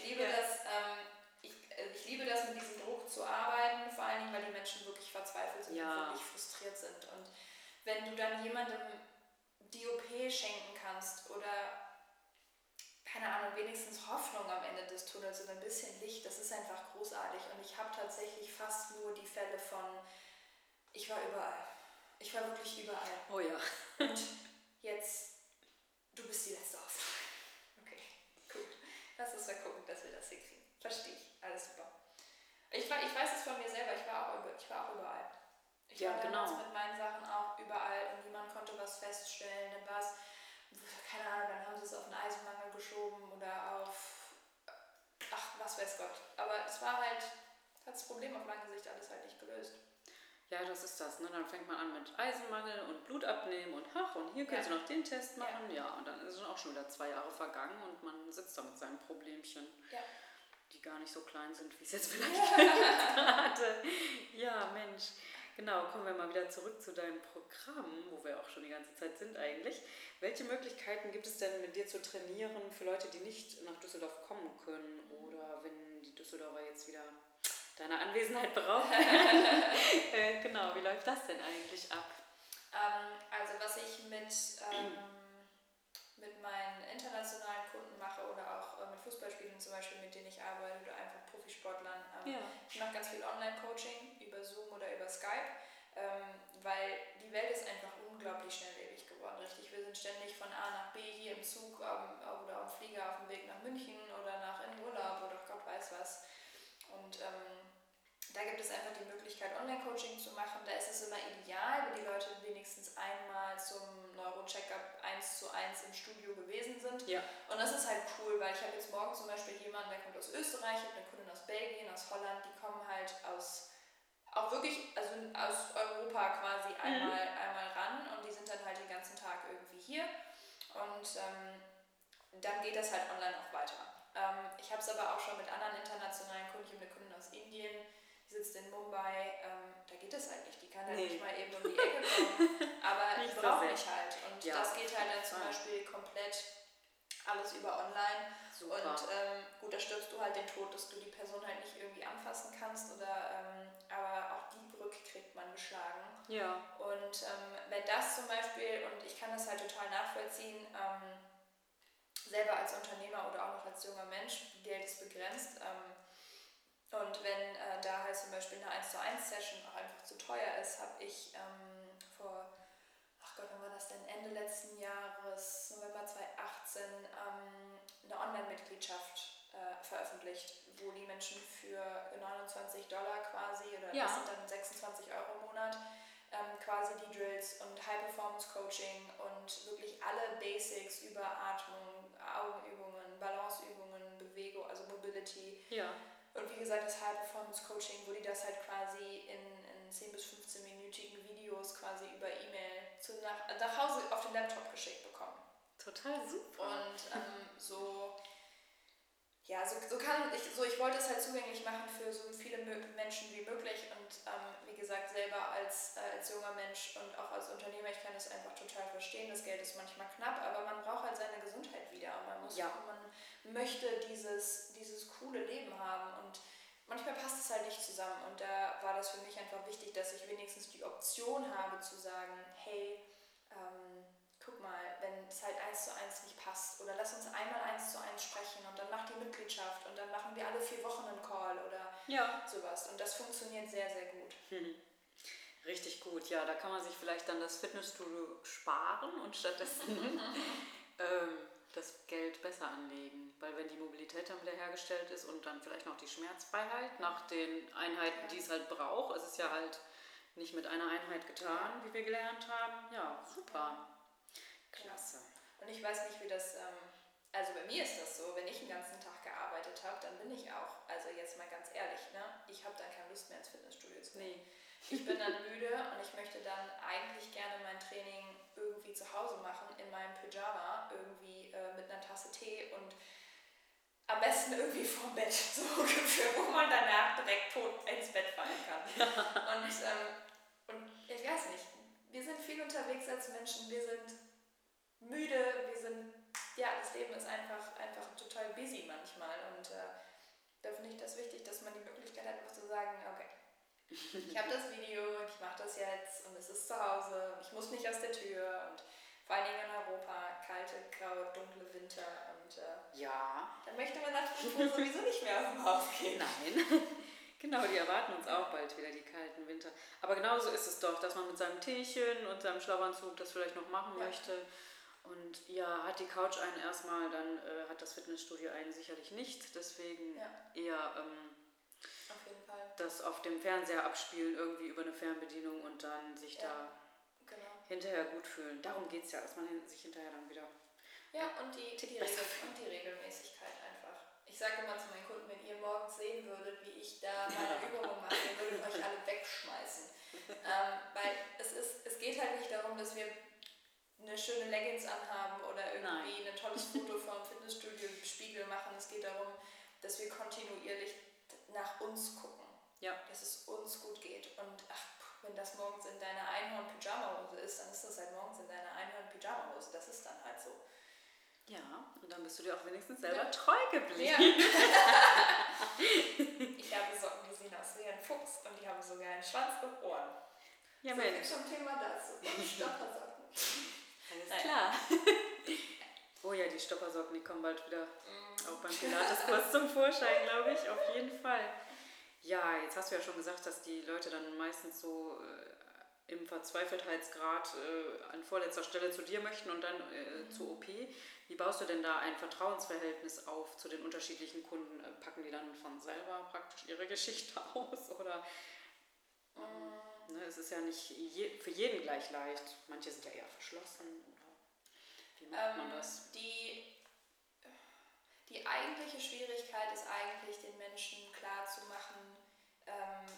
B: liebe das, mit diesem Druck zu arbeiten, vor allen Dingen, weil die Menschen wirklich verzweifelt sind und wirklich frustriert sind. Und wenn du dann jemandem die OP schenken kannst oder, keine Ahnung, wenigstens Hoffnung am Ende des Tunnels und ein bisschen Licht, das ist einfach großartig. Und ich habe tatsächlich fast nur die Fälle von, ich war überall. Ich war wirklich überall.
A: Oh ja.
B: Und jetzt, du bist die letzte Hoffnung. Okay, gut. Lass uns mal gucken, dass wir das hinkriegen. Verstehe ich. Alles super. Ich weiß es von mir selber, ich war auch überall. Ich war damals mit meinen Sachen auch überall und niemand konnte was feststellen. Dann war es, keine Ahnung, dann haben sie es auf einen Eisenmangel geschoben oder auf, was weiß Gott. Aber es war halt, hat das Problem auf lange Sicht alles halt nicht gelöst.
A: Ja, das ist das, ne? Dann fängt man an mit Eisenmangel und Blut abnehmen und und hier können Sie noch den Test machen. Ja, und dann ist auch schon wieder 2 Jahre vergangen und man sitzt da mit seinen Problemchen.
B: Ja.
A: Die gar nicht so klein sind, wie es jetzt vielleicht gerade. Ja, Mensch. Genau, kommen wir mal wieder zurück zu deinem Programm, wo wir auch schon die ganze Zeit sind eigentlich. Welche Möglichkeiten gibt es denn, mit dir zu trainieren für Leute, die nicht nach Düsseldorf kommen können oder wenn die Düsseldorfer jetzt wieder deine Anwesenheit brauchen? Genau, wie läuft das denn eigentlich ab?
B: Also was ich mit meinen internationalen Kunden mache oder auch mit Fußballspielern zum Beispiel, mit denen ich arbeite oder einfach Profisportlern. Ich mache ganz viel Online-Coaching über Zoom oder über Skype, weil die Welt ist einfach unglaublich schnelllebig geworden. Richtig, wir sind ständig von A nach B hier im Zug oder am Flieger auf dem Weg nach München oder nach in Urlaub oder Gott weiß was. Und da gibt es einfach die Möglichkeit, Online-Coaching zu machen. Da ist es immer ideal, wenn die Leute wenigstens einmal zum Neuro-Check-up 1:1 im Studio gewesen sind.
A: Ja.
B: Und das ist halt cool, weil ich habe jetzt morgen zum Beispiel jemanden, der kommt aus Österreich, ich habe eine Kundin aus Belgien, aus Holland, die kommen halt aus Europa quasi einmal ran und die sind dann halt den ganzen Tag irgendwie hier. Und dann geht das halt online auch weiter. Ich habe es aber auch schon mit anderen internationalen Kunden, ich habe eine Kundin aus Indien, die sitzt in Mumbai, da geht das halt nicht, die kann halt nicht mal eben um die Ecke kommen, aber die braucht mich halt und das geht halt dann zum Beispiel komplett alles über online. Super. Und gut, da stirbst du halt den Tod, dass du die Person halt nicht irgendwie anfassen kannst aber auch die Brücke kriegt man geschlagen.
A: Ja.
B: Und wenn das zum Beispiel, und ich kann das halt total nachvollziehen, selber als Unternehmer oder auch noch als junger Mensch, Geld ist begrenzt. Und wenn da halt zum Beispiel eine 1:1 Session auch einfach zu teuer ist, habe ich wann war das denn? Ende letzten Jahres, November 2018, eine Online-Mitgliedschaft veröffentlicht, wo die Menschen für $29 quasi, oder das sind dann 26 € im Monat, quasi die Drills und High-Performance-Coaching und wirklich alle Basics über Atmung, Augenübungen, Balanceübungen, Bewegung, also Mobility.
A: Ja.
B: Und wie gesagt, das High-Performance-Coaching, wo die das halt quasi in 10- bis 15-minütigen Videos quasi über E-Mail nach Hause auf den Laptop geschickt bekommen.
A: Total super.
B: Und ich wollte es halt zugänglich machen für so viele Menschen wie möglich und wie gesagt, selber als junger Mensch und auch als Unternehmer, ich kann das einfach total verstehen, das Geld ist manchmal knapp, aber man braucht halt seine Gesundheit wieder und man möchte dieses coole Leben haben und manchmal passt es halt nicht zusammen und da war das für mich einfach wichtig, dass ich wenigstens die Option habe zu sagen, hey, guck mal, wenn es halt 1:1 nicht passt oder lass uns einmal 1:1 sprechen und dann mach die Mitgliedschaft und dann machen wir alle 4 Wochen einen Call oder sowas und das funktioniert sehr, sehr gut.
A: Richtig gut, ja, da kann man sich vielleicht dann das Fitnessstudio sparen und stattdessen das Geld besser anlegen, weil wenn die Mobilität dann wieder hergestellt ist und dann vielleicht noch die Schmerzfreiheit nach den Einheiten, die es halt braucht, es ist ja halt nicht mit einer Einheit getan, wie wir gelernt haben, ja, super. Klasse.
B: Und ich weiß nicht, wie das, also bei mir ist das so, wenn ich den ganzen Tag gearbeitet habe, dann bin ich auch, also jetzt mal ganz ehrlich, ne, ich habe dann keine Lust mehr ins Fitnessstudio zu gehen. Ich bin dann müde und ich möchte dann eigentlich gerne mein Training irgendwie zu Hause machen, in meinem Pyjama, irgendwie mit einer Tasse Tee und am besten irgendwie vorm Bett, so ungefähr, wo man danach direkt tot ins Bett fallen kann. Und ich weiß nicht, wir sind viel unterwegs als Menschen, wir sind müde, das Leben ist einfach total busy manchmal und da finde ich das wichtig, dass man die Möglichkeit hat, einfach zu sagen, okay, ich habe das Video, ich mache das jetzt und es ist zu Hause und ich muss nicht aus der Tür und vor allen Dingen in Europa, kalte, graue, dunkle Winter und dann möchte man nach sowieso nicht mehr aus dem Haus gehen.
A: Nein. Genau, die erwarten uns auch bald wieder, die kalten Winter. Aber genauso ist es doch, dass man mit seinem Teechen und seinem Schlafanzug das vielleicht noch machen möchte. Und hat die Couch einen erstmal, dann hat das Fitnessstudio einen sicherlich nicht. Deswegen eher
B: auf jeden Fall.
A: Das auf dem Fernseher abspielen, irgendwie über eine Fernbedienung und dann sich da hinterher gut fühlen. Darum geht es ja, dass man sich hinterher dann wieder...
B: und die Regelmäßigkeit einfach. Ich sage immer zu meinen Kunden, wenn ihr morgens sehen würdet, wie ich da meine Übungen mache, ihr würdet euch alle wegschmeißen. Weil es geht halt nicht darum, dass wir eine schöne Leggings anhaben oder irgendwie ein tolles Foto vom Fitnessstudio-Spiegel machen. Es geht darum, dass wir kontinuierlich nach uns gucken. Dass es uns gut geht. Und wenn das morgens in deiner Einhorn-Pyjama-Hose ist, dann ist das halt morgens in deiner Einhorn-Pyjama-Hose. Das ist dann halt so.
A: Ja, und dann bist du dir auch wenigstens selber treu geblieben.
B: Ja. Ich habe Socken, die sehen aus wie ein Fuchs und die haben sogar einen Schwanz und Ohren.
A: Ja,
B: so viel zum Thema dazu. Und Stoppersocken.
A: Alles klar. Oh ja, die Stoppersocken, die kommen bald wieder auch beim Pilates-Kurs zum Vorschein, glaube ich, auf jeden Fall. Ja, jetzt hast du ja schon gesagt, dass die Leute dann meistens so im Verzweifeltheitsgrad an vorletzter Stelle zu dir möchten und dann zur OP. Wie baust du denn da ein Vertrauensverhältnis auf zu den unterschiedlichen Kunden? Packen die dann von selber praktisch ihre Geschichte aus? Oder es ist ja nicht für jeden gleich leicht. Manche sind ja eher verschlossen. Oder wie macht man das?
B: Die eigentliche Schwierigkeit ist eigentlich, den Menschen klarzumachen,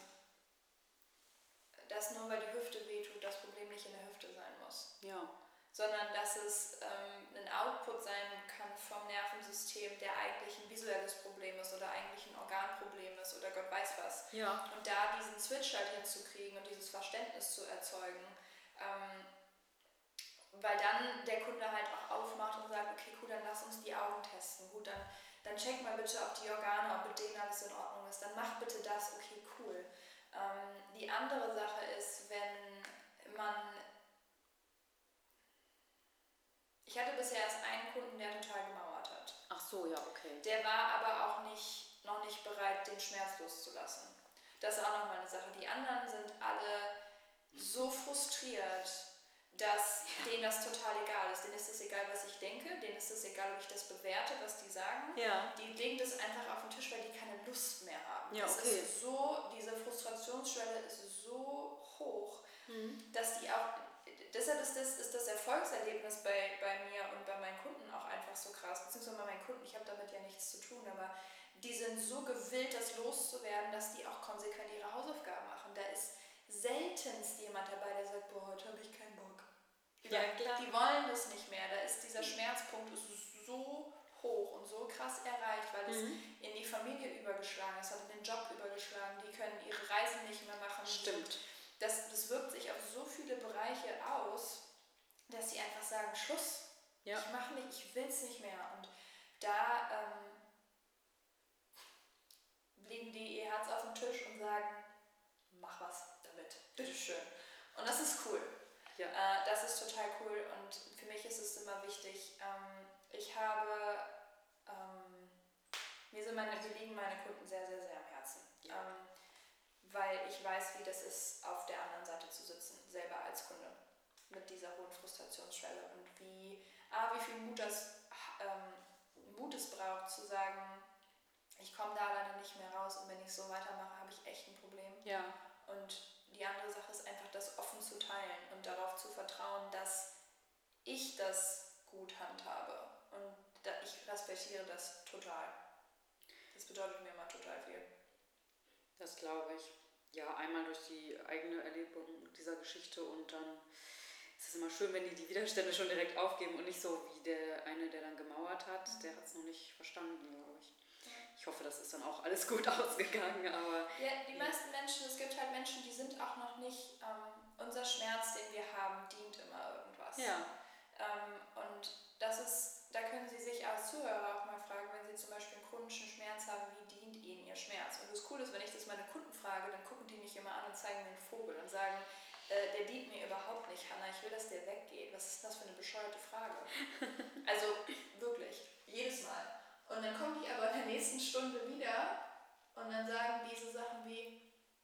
B: dass nur weil die Hüfte wehtut, das Problem nicht in der Hüfte sein muss.
A: Ja.
B: sondern dass es ein Output sein kann vom Nervensystem, der eigentlich ein visuelles Problem ist oder eigentlich ein Organproblem ist oder Gott weiß was.
A: Ja.
B: Und da diesen Switch halt hinzukriegen und dieses Verständnis zu erzeugen, weil dann der Kunde halt auch aufmacht und sagt, okay, cool, dann lass uns die Augen testen. Gut, dann check mal bitte, ob die Organe, ob mit denen alles in Ordnung ist. Dann mach bitte das, okay, cool. Die andere Sache ist, wenn man... Ich hatte bisher erst einen Kunden, der total gemauert hat.
A: Ach so, ja, okay.
B: Der war aber auch noch nicht bereit, den Schmerz loszulassen. Das ist auch nochmal eine Sache. Die anderen sind alle so frustriert, dass denen das total egal ist. Denen ist es egal, was ich denke. Denen ist es egal, ob ich das bewerte, was die sagen.
A: Ja.
B: Die legen das einfach auf den Tisch, weil die keine Lust mehr haben.
A: Ja, okay.
B: Es ist so, diese Frustrationsschwelle ist so hoch, dass die auch... Deshalb ist das Erfolgserlebnis bei mir und bei meinen Kunden auch einfach so krass. Beziehungsweise bei meinen Kunden, ich habe damit ja nichts zu tun, aber die sind so gewillt, das loszuwerden, dass die auch konsequent ihre Hausaufgaben machen. Da ist seltenst jemand dabei, der sagt, boah, heute habe ich keinen Bock.
A: Ja, klar.
B: Die wollen das nicht mehr. Da ist dieser Schmerzpunkt ist so hoch und so krass erreicht, weil es in die Familie übergeschlagen ist, hat in den Job übergeschlagen. Die können ihre Reisen nicht mehr machen.
A: Stimmt.
B: Das wirkt sich auf so viele Bereiche aus, dass sie einfach sagen, Schluss,
A: ja.
B: Ich mache nicht, ich will es nicht mehr. Und da legen die ihr Herz auf den Tisch und sagen, mach was damit, bitteschön. Und das ist cool.
A: Ja.
B: Das ist total cool und für mich ist es immer wichtig, ich habe, mir liegen meine Kunden sehr, sehr, sehr am Herzen.
A: Ja.
B: Weil ich weiß, wie das ist, auf der anderen Seite zu sitzen, selber als Kunde, mit dieser hohen Frustrationsschwelle und wie viel Mut es braucht, zu sagen, ich komme da leider nicht mehr raus und wenn ich so weitermache, habe ich echt ein Problem.
A: Ja.
B: Und die andere Sache ist einfach, das offen zu teilen und darauf zu vertrauen, dass ich das gut handhabe und ich respektiere das total. Das bedeutet mir immer total viel.
A: Das glaube ich. Ja, einmal durch die eigene Erlebung dieser Geschichte und dann ist es immer schön, wenn die Widerstände schon direkt aufgeben und nicht so wie der eine, der dann gemauert hat, der hat es noch nicht verstanden, glaube ich. Ich hoffe, das ist dann auch alles gut ausgegangen, aber...
B: Ja, die meisten Menschen, es gibt halt Menschen, die sind auch noch nicht, unser Schmerz, den wir haben, dient immer irgendwas.
A: Ja.
B: Und das ist, da können Sie sich als Zuhörer auch mal fragen, wenn Sie zum Beispiel einen chronischen Schmerz haben, wie dient Ihnen Ihr Schmerz? Und das Coole ist, wenn ich das meine Kunden frage, dann gucken die mich immer an und zeigen mir einen Vogel und sagen, der dient mir überhaupt nicht, Hannah, ich will, dass der weggeht. Was ist das für eine bescheuerte Frage? Also wirklich, jedes Mal. Und dann kommen die aber in der nächsten Stunde wieder und dann sagen diese Sachen wie,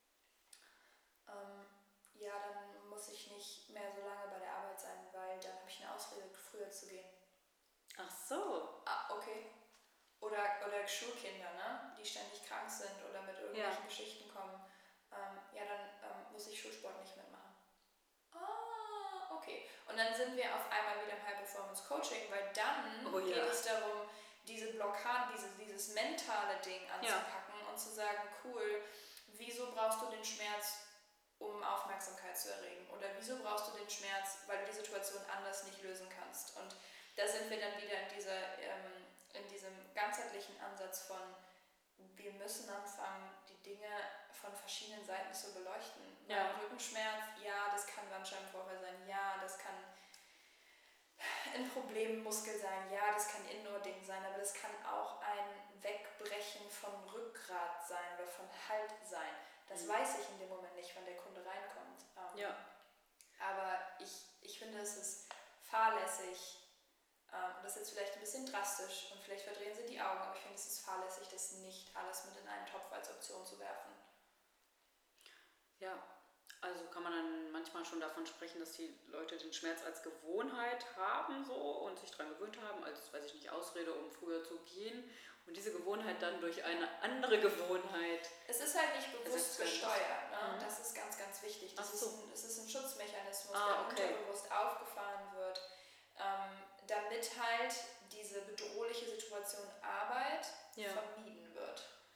B: ja, dann muss ich nicht mehr so lange bei der Arbeit sein, weil dann habe ich eine Ausrede, früher zu gehen.
A: Ach so.
B: Ah, okay. Oder Schulkinder, ne? Die ständig krank sind oder mit irgendwelchen Geschichten kommen. Ja, dann muss ich Schulsport nicht mitmachen. Ah, okay. Und dann sind wir auf einmal wieder im High-Performance-Coaching, weil dann geht es darum, diese Blockaden, dieses mentale Ding anzupacken und zu sagen, cool, wieso brauchst du den Schmerz, um Aufmerksamkeit zu erregen? Oder wieso brauchst du den Schmerz, weil du die Situation anders nicht lösen kannst? Und da sind wir dann wieder in diesem ganzheitlichen Ansatz von, wir müssen anfangen, die Dinge von verschiedenen Seiten zu beleuchten.
A: Ja.
B: Rückenschmerz, ja, das kann Bandscheibenvorfall sein, ja, das kann ein Problemmuskel sein, ja, das kann ein Indoor-Ding sein, aber das kann auch ein Wegbrechen von Rückgrat sein oder von Halt sein. Das weiß ich in dem Moment nicht, wenn der Kunde reinkommt. Aber ich finde, es ist fahrlässig, das ist jetzt vielleicht ein bisschen drastisch und vielleicht verdrehen Sie die Augen, aber ich finde, es ist fahrlässig, das nicht alles mit in einen Topf als Option zu werfen.
A: Ja, also kann man dann manchmal schon davon sprechen, dass die Leute den Schmerz als Gewohnheit haben so und sich daran gewöhnt haben, als, weiß ich nicht, Ausrede, um früher zu gehen und diese Gewohnheit dann durch eine andere Gewohnheit...
B: Es ist halt nicht bewusst gesteuert, ne?
A: Mhm.
B: Das ist ganz, ganz wichtig.
A: Das
B: ist ein Schutzmechanismus, der unterbewusst aufgefahren wird, damit halt diese bedrohliche Situation Arbeit vermieden wird. Das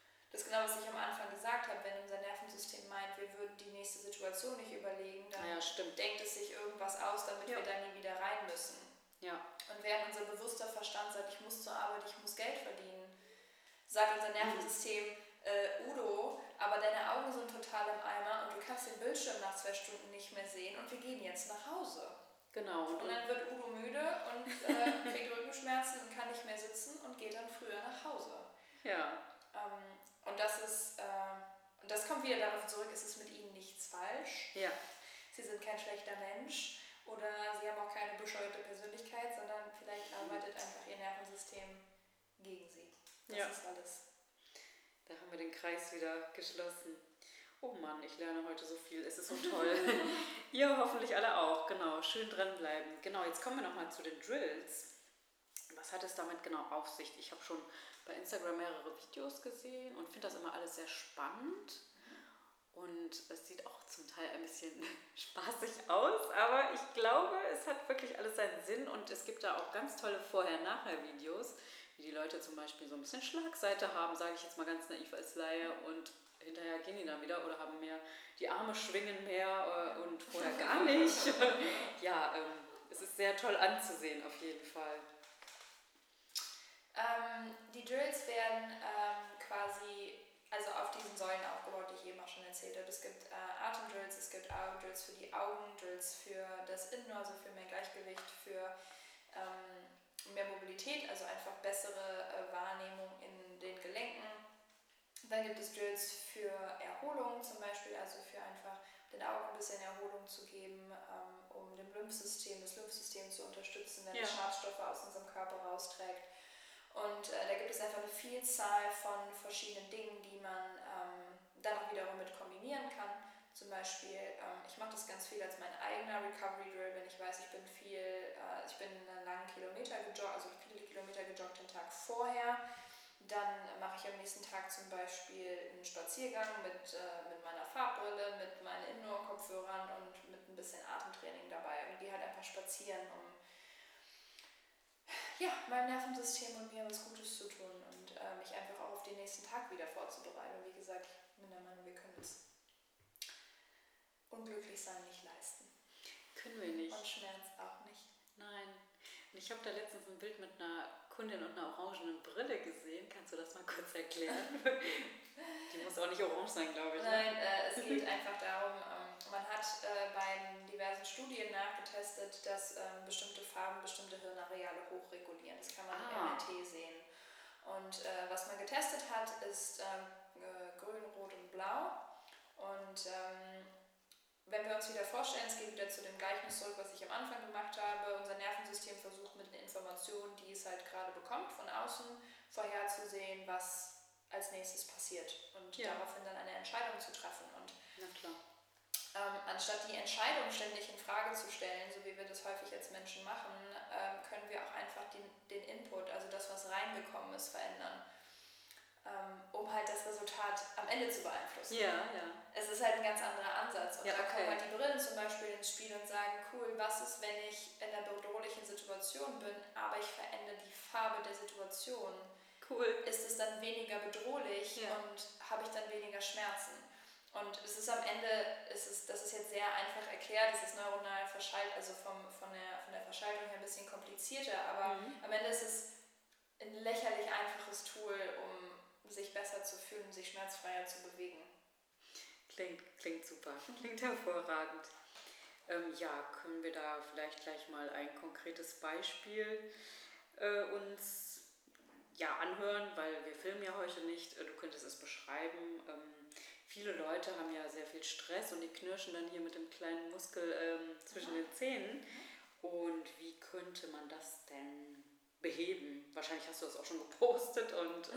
B: genau, was ich am Anfang gesagt habe. Wenn unser Nervensystem meint, wir würden die nächste Situation nicht überlegen, dann denkt es sich irgendwas aus, damit wir da nie wieder rein müssen.
A: Ja.
B: Und während unser bewusster Verstand sagt, ich muss zur Arbeit, ich muss Geld verdienen, sagt unser Nervensystem, Udo, aber deine Augen sind total im Eimer und du kannst den Bildschirm nach 2 Stunden nicht mehr sehen und wir gehen jetzt nach Hause.
A: Genau.
B: Und dann wird Udo müde und kriegt Rückenschmerzen und kann nicht mehr sitzen und geht dann früher nach Hause.
A: Ja.
B: Und das ist, und das kommt wieder darauf zurück, es ist mit ihnen nichts falsch.
A: Ja.
B: Sie sind kein schlechter Mensch oder sie haben auch keine bescheuerte Persönlichkeit, sondern vielleicht arbeitet einfach ihr Nervensystem gegen sie. Das ist alles.
A: Da haben wir den Kreis wieder geschlossen. Oh Mann, ich lerne heute so viel. Es ist so toll. Ihr hoffentlich alle auch. Genau, schön dranbleiben. Genau, jetzt kommen wir nochmal zu den Drills. Was hat es damit genau auf sich? Ich habe schon bei Instagram mehrere Videos gesehen und finde das immer alles sehr spannend. Und es sieht auch zum Teil ein bisschen spaßig aus, aber ich glaube, es hat wirklich alles seinen Sinn und es gibt da auch ganz tolle Vorher-Nachher-Videos, wie die Leute zum Beispiel so ein bisschen Schlagseite haben, sage ich jetzt mal ganz naiv als Laie, und hinterher gehen die dann wieder oder haben mehr, die Arme schwingen mehr und vorher gar nicht. Ja, es ist sehr toll anzusehen auf jeden Fall.
B: Die Drills werden quasi also auf diesen Säulen aufgebaut, die ich eben auch schon erzählt habe. Es gibt Atemdrills, es gibt Drills für die Augen, Drills für das Innenohr, also für mehr Gleichgewicht, für mehr Mobilität, also einfach bessere Wahrnehmung in den Gelenken. Dann gibt es Drills für Erholung zum Beispiel, also für einfach den Augen ein bisschen Erholung zu geben, um das Lymphsystem zu unterstützen, wenn es Schadstoffe aus unserem Körper rausträgt. Und da gibt es einfach eine Vielzahl von verschiedenen Dingen, die man dann auch wiederum mit kombinieren kann. Zum Beispiel, ich mache das ganz viel als mein eigener Recovery Drill, wenn ich weiß, ich bin einen langen Kilometer gejoggt, also viele Kilometer gejoggt den Tag vorher. Dann mache ich am nächsten Tag zum Beispiel einen Spaziergang mit meiner Farbbrille, mit meinen Indoor-Kopfhörern und mit ein bisschen Atemtraining dabei und gehe halt einfach spazieren, um meinem Nervensystem und mir was Gutes zu tun und mich einfach auch auf den nächsten Tag wieder vorzubereiten. Und wie gesagt, ich bin der Meinung, wir können uns Unglücklichsein nicht leisten.
A: Können wir nicht.
B: Und Schmerz auch nicht.
A: Nein. Und ich habe da letztens ein Bild mit einer Kundin und einer orangenen Brille gesehen. Kannst du das mal kurz erklären? Die muss auch nicht orange sein, glaube ich.
B: Nein, es geht einfach darum, man hat bei diversen Studien nachgetestet, dass bestimmte Farben bestimmte Hirnareale hochregulieren. Das kann man im MRT sehen. Und was man getestet hat, ist grün, rot und blau. Und wenn wir uns wieder vorstellen, es geht wieder zu dem Gleichnis zurück, was ich am Anfang gemacht habe. Unser Nervensystem versucht mit den Informationen, die es halt gerade bekommt, von außen vorherzusehen, was als nächstes passiert und daraufhin dann eine Entscheidung zu treffen. Und anstatt die Entscheidung ständig in Frage zu stellen, so wie wir das häufig als Menschen machen, können wir auch einfach den Input, also das, was reingekommen ist, verändern, um halt das Resultat am Ende zu beeinflussen. Es ist halt ein ganz anderer Ansatz. Und da kommen halt die Brillen zum Beispiel ins Spiel und sagen, cool, was ist, wenn ich in einer bedrohlichen Situation bin, aber ich verändere die Farbe der Situation?
A: Cool.
B: Ist es dann weniger bedrohlich und habe ich dann weniger Schmerzen? Und es ist am Ende, das ist jetzt sehr einfach erklärt, es ist neuronal verschaltet, also von der Verschaltung her ein bisschen komplizierter, aber am Ende ist es ein lächerlich einfaches Tool, um sich besser zu fühlen, sich schmerzfreier zu bewegen.
A: Klingt super, klingt hervorragend. Können wir da vielleicht gleich mal ein konkretes Beispiel uns anhören, weil wir filmen ja heute nicht. Du könntest es beschreiben. Viele Leute haben ja sehr viel Stress und die knirschen dann hier mit dem kleinen Muskel zwischen den Zähnen. Und wie könnte man das denn beheben? Wahrscheinlich hast du das auch schon gepostet und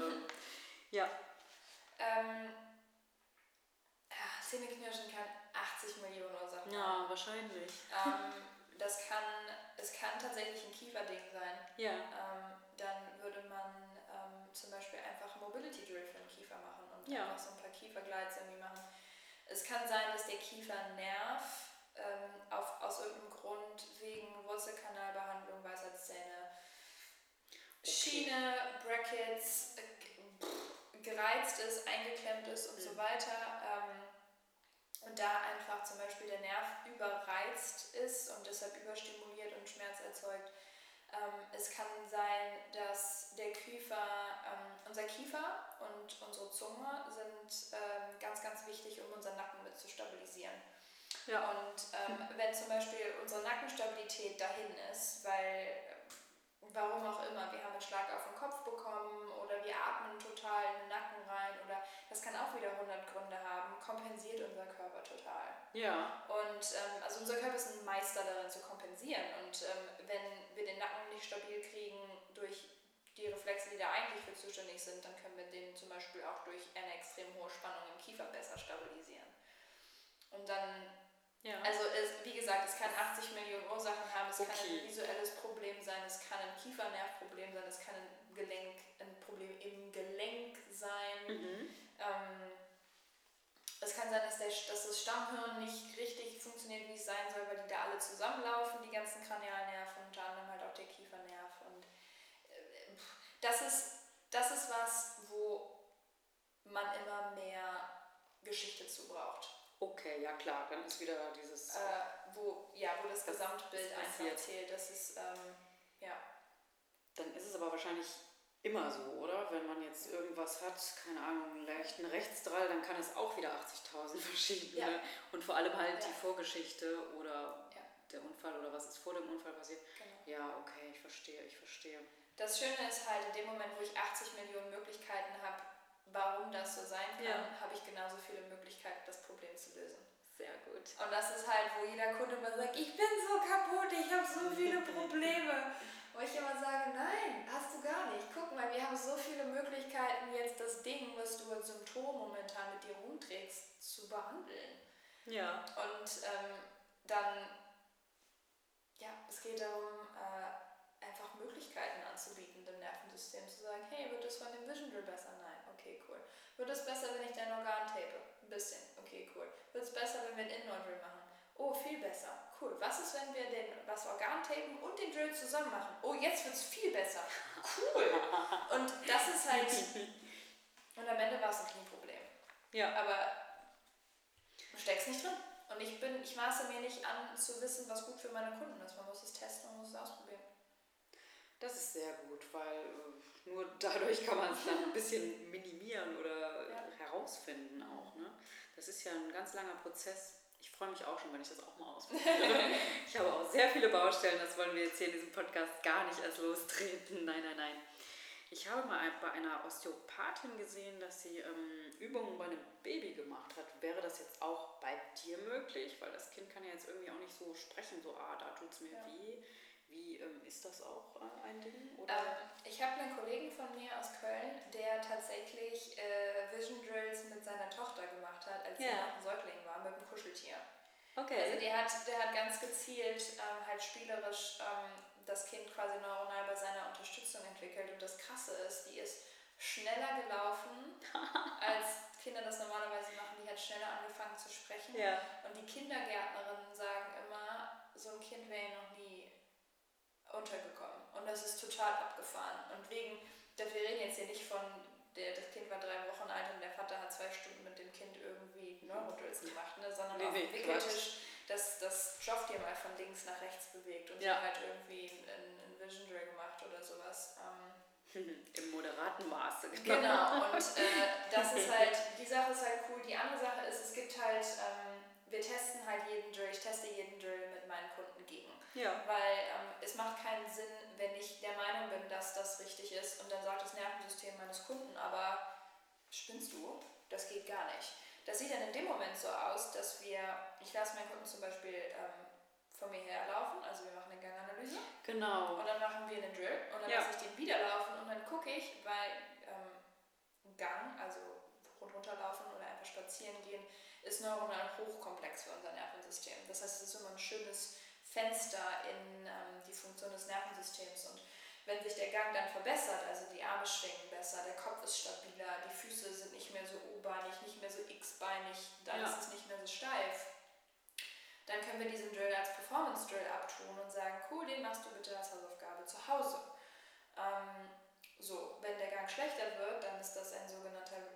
B: Zähneknirschen kann 80 Millionen Ursachen haben.
A: Ja, wahrscheinlich.
B: Es kann tatsächlich ein Kieferding sein.
A: Ja.
B: Dann würde man zum Beispiel einfach Mobility Drill für den Kiefer machen und einfach so ein paar Kieferglides irgendwie machen. Es kann sein, dass der Kiefernerv aus irgendeinem Grund wegen Wurzelkanalbehandlung, Weisheitszähne, Schiene, Brackets, gereizt ist, eingeklemmt ist und so weiter. Und da einfach zum Beispiel der Nerv überreizt ist und deshalb überstimuliert und Schmerz erzeugt. Es kann sein, dass unser Kiefer und unsere Zunge sind ganz, ganz wichtig, um unseren Nacken mit zu stabilisieren. Ja. Und wenn zum Beispiel unsere Nackenstabilität dahin ist, weil warum auch immer, wir haben einen Schlag auf den Kopf bekommen oder wir atmen total in den Nacken rein oder das kann auch wieder 100 Gründe haben, kompensiert unser Körper total.
A: Ja.
B: Und also unser Körper ist ein Meister darin zu kompensieren und wenn wir den Nacken nicht stabil kriegen durch die Reflexe, die da eigentlich für zuständig sind, dann können wir den zum Beispiel auch durch eine extrem hohe Spannung im Kiefer besser stabilisieren. Und dann also wie gesagt, es kann 80 Millionen Ursachen haben, es kann ein visuelles Problem sein, es kann ein Kiefernervproblem sein, es kann ein Problem im Gelenk sein. Es kann sein, dass das Stammhirn nicht richtig funktioniert, wie es sein soll, weil die da alle zusammenlaufen, die ganzen Kranialnerven, unter anderem halt auch der Kiefernerv. Und das ist was, wo man immer mehr Geschichte zu braucht.
A: Okay, ja klar, dann ist wieder dieses...
B: wo das Gesamtbild einfach erzählt, das ist,
A: Dann ist es aber wahrscheinlich immer so, oder? Wenn man jetzt irgendwas hat, keine Ahnung, einen leichten Rechtsdrall, dann kann es auch wieder 80.000 verschiedene. Und vor allem halt die Vorgeschichte oder der Unfall oder was ist vor dem Unfall passiert.
B: Genau.
A: Ja, okay, ich verstehe.
B: Das Schöne ist halt, in dem Moment, wo ich 80 Millionen Möglichkeiten habe, warum das so sein kann, habe ich genauso viele Möglichkeiten, das Problem zu lösen.
A: Sehr gut.
B: Und das ist halt, wo jeder Kunde immer sagt, ich bin so kaputt, ich habe so viele Probleme. Wo ich immer sage, nein, hast du gar nicht. Guck mal, wir haben so viele Möglichkeiten, jetzt das Ding, was du als Symptom momentan mit dir rumträgst, zu behandeln.
A: Ja.
B: Und dann, es geht darum, einfach Möglichkeiten anzubieten dem Nervensystem, zu sagen, hey, wird das von dem Vision Drill besser? Nein, okay, cool. Wird es besser, wenn ich dein Organ tape? Ein bisschen, okay, cool. Wird es besser, wenn wir einen In-Ohr-Drill machen? Oh, viel besser, cool. Was ist, wenn wir das Organ tapen und den Drill zusammen machen? Oh, jetzt wird es viel besser, cool. Und das ist halt, und am Ende war es ein Knieproblem.
A: Ja.
B: Aber du steckst nicht drin. Und ich maße mir nicht an, zu wissen, was gut für meine Kunden ist. Man muss es testen und muss es ausprobieren.
A: Das ist sehr gut, weil nur dadurch kann man es dann ein bisschen minimieren oder herausfinden auch. Ne? Das ist ja ein ganz langer Prozess. Ich freue mich auch schon, wenn ich das auch mal ausprobiere. Ich habe auch sehr viele Baustellen, das wollen wir jetzt hier in diesem Podcast gar nicht erst lostreten. Nein. Ich habe mal bei einer Osteopathin gesehen, dass sie Übungen bei einem Baby gemacht hat. Wäre das jetzt auch bei dir möglich? Weil das Kind kann ja jetzt irgendwie auch nicht so sprechen, so, da tut es mir weh. Wie ist das auch ein Ding? Oder?
B: Ich habe einen Kollegen von mir aus Köln, der tatsächlich Vision Drills mit seiner Tochter gemacht hat, als sie noch ein Säugling war, mit einem Kuscheltier.
A: Okay.
B: Also der hat ganz gezielt halt spielerisch das Kind quasi neuronal bei seiner Unterstützung entwickelt. Und das Krasse ist, die ist schneller gelaufen, als Kinder das normalerweise machen. Die hat schneller angefangen zu sprechen.
A: Ja.
B: Und die Kindergärtnerinnen sagen immer, so ein Kind wäre noch nie untergekommen. Und das ist total abgefahren. Und wir reden jetzt hier nicht von, das Kind war 3 Wochen alt und der Vater hat 2 Stunden mit dem Kind irgendwie Neurodrills gemacht, ne? Sondern auf dem Wickeltisch das Stofftier mal von links nach rechts bewegt und halt irgendwie ein Vision Drill gemacht oder sowas.
A: Im moderaten Maße.
B: Genau, und das ist halt, die Sache ist halt cool. Die andere Sache ist, es gibt halt, wir testen halt jeden Drill, ich teste jeden Drill mit meinen Kunden gegen.
A: Ja.
B: Weil es macht keinen Sinn, wenn ich der Meinung bin, dass das richtig ist und dann sagt das Nervensystem meines Kunden, aber spinnst du? Das geht gar nicht. Das sieht dann in dem Moment so aus, dass ich lasse meinen Kunden zum Beispiel von mir herlaufen, also wir machen eine Ganganalyse.
A: Genau.
B: Und dann machen wir einen Drill und dann lasse ich den wieder laufen und dann gucke ich, weil Gang, also runterlaufen oder einfach spazieren gehen, ist neuronal hochkomplex für unser Nervensystem. Das heißt, es ist immer ein schönes Fenster in die Funktion des Nervensystems und wenn sich der Gang dann verbessert, also die Arme schwingen besser, der Kopf ist stabiler, die Füße sind nicht mehr so O-beinig, nicht mehr so X-beinig, dann ist es nicht mehr so steif, dann können wir diesen Drill als Performance-Drill abtun und sagen, cool, den machst du bitte als Hausaufgabe zu Hause. Wenn der Gang schlechter wird, dann ist das ein sogenannter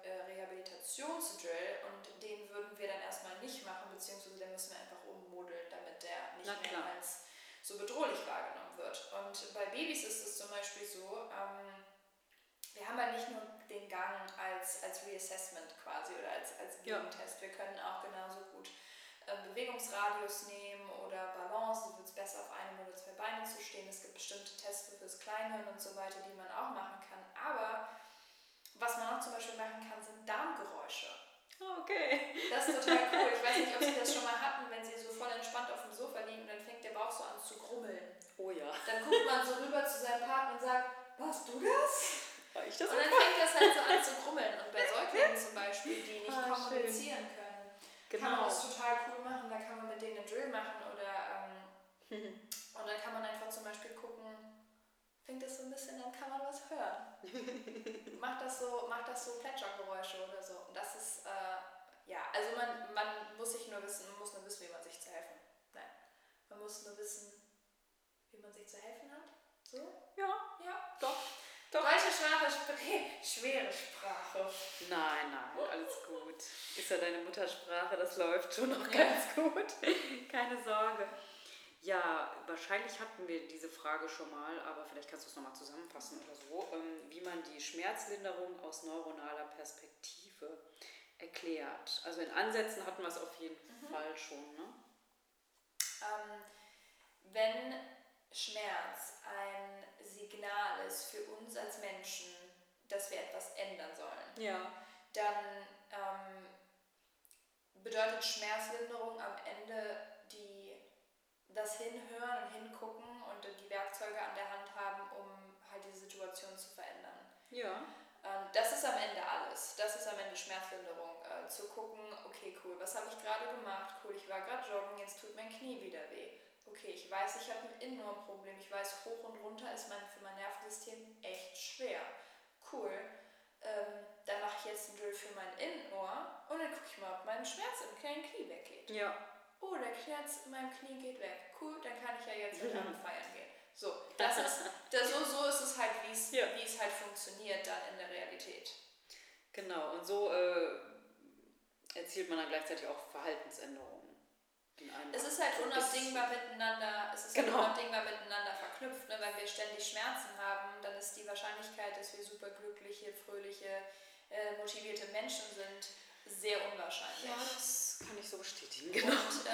B: Rehabilitationsdrill und den würden wir dann erstmal nicht machen, beziehungsweise den müssen wir einfach ummodeln, damit der nicht mehr als so bedrohlich wahrgenommen wird. Und bei Babys ist es zum Beispiel so, wir haben halt nicht nur den Gang als Reassessment quasi oder als Gegentest. Wir können auch genauso gut Bewegungsradius nehmen oder Balance, du willst besser auf einem oder zwei Beinen zu stehen. Es gibt bestimmte Tests für das Kleinhirn und so weiter, die man auch machen kann. Aber was man auch zum Beispiel machen kann, sind Darmgeräusche.
A: Okay.
B: Das ist total cool. Ich weiß nicht, ob Sie das schon mal hatten, wenn Sie so voll entspannt auf dem Sofa liegen und dann fängt der Bauch so an zu grummeln.
A: Oh ja.
B: Dann guckt man so rüber zu seinem Partner und sagt, warst du das?
A: War ich das?
B: Und dann fängt das halt so an zu grummeln. Und bei Säuglingen zum Beispiel, die nicht kommunizieren können, kann man das total cool machen. Da kann man mit denen einen Drill machen oder und dann kann man einfach zum Beispiel gucken, fängt das so ein bisschen, dann kann man was hören. macht das so Plätschergeräusche oder so. Und das ist, also man muss nur wissen, wie man sich zu helfen. Nein. Man muss nur wissen, wie man sich zu helfen hat. So?
A: Ja, doch.
B: Deutsche Sprache, schwere Sprache.
A: Nein, alles gut. Ist ja deine Muttersprache, das läuft schon noch ganz gut. Keine Sorge. Ja, wahrscheinlich hatten wir diese Frage schon mal, aber vielleicht kannst du es nochmal zusammenfassen oder so, wie man die Schmerzlinderung aus neuronaler Perspektive erklärt. Also in Ansätzen hatten wir es auf jeden Fall schon, ne?
B: Wenn Schmerz ein Signal ist für uns als Menschen, dass wir etwas ändern sollen, dann bedeutet Schmerzlinderung am Ende das Hinhören und Hingucken und die Werkzeuge an der Hand haben, um halt diese Situation zu verändern.
A: Ja.
B: Das ist am Ende alles. Das ist am Ende Schmerzlinderung. Zu gucken, okay, cool, was habe ich gerade gemacht? Cool, ich war gerade joggen, jetzt tut mein Knie wieder weh. Okay, ich weiß, ich habe ein Innenohrproblem. Ich weiß, hoch und runter ist für mein Nervensystem echt schwer. Cool, dann mache ich jetzt einen Drill für mein Innenohr und dann gucke ich mal, ob mein Schmerz im kleinen Knie weggeht.
A: Ja.
B: Oh, der Schmerz in meinem Knie geht weg. Cool, dann kann ich ja jetzt mit Abend feiern gehen. So, so ist es halt, wie es halt funktioniert dann in der Realität.
A: Genau, und so erzielt man dann gleichzeitig auch Verhaltensänderungen.
B: Es ist halt unabdingbar miteinander verknüpft. Ne? Wenn wir ständig Schmerzen haben, dann ist die Wahrscheinlichkeit, dass wir super glückliche, fröhliche, motivierte Menschen sind, sehr unwahrscheinlich.
A: Ja, das kann ich so bestätigen. Genau.
B: Und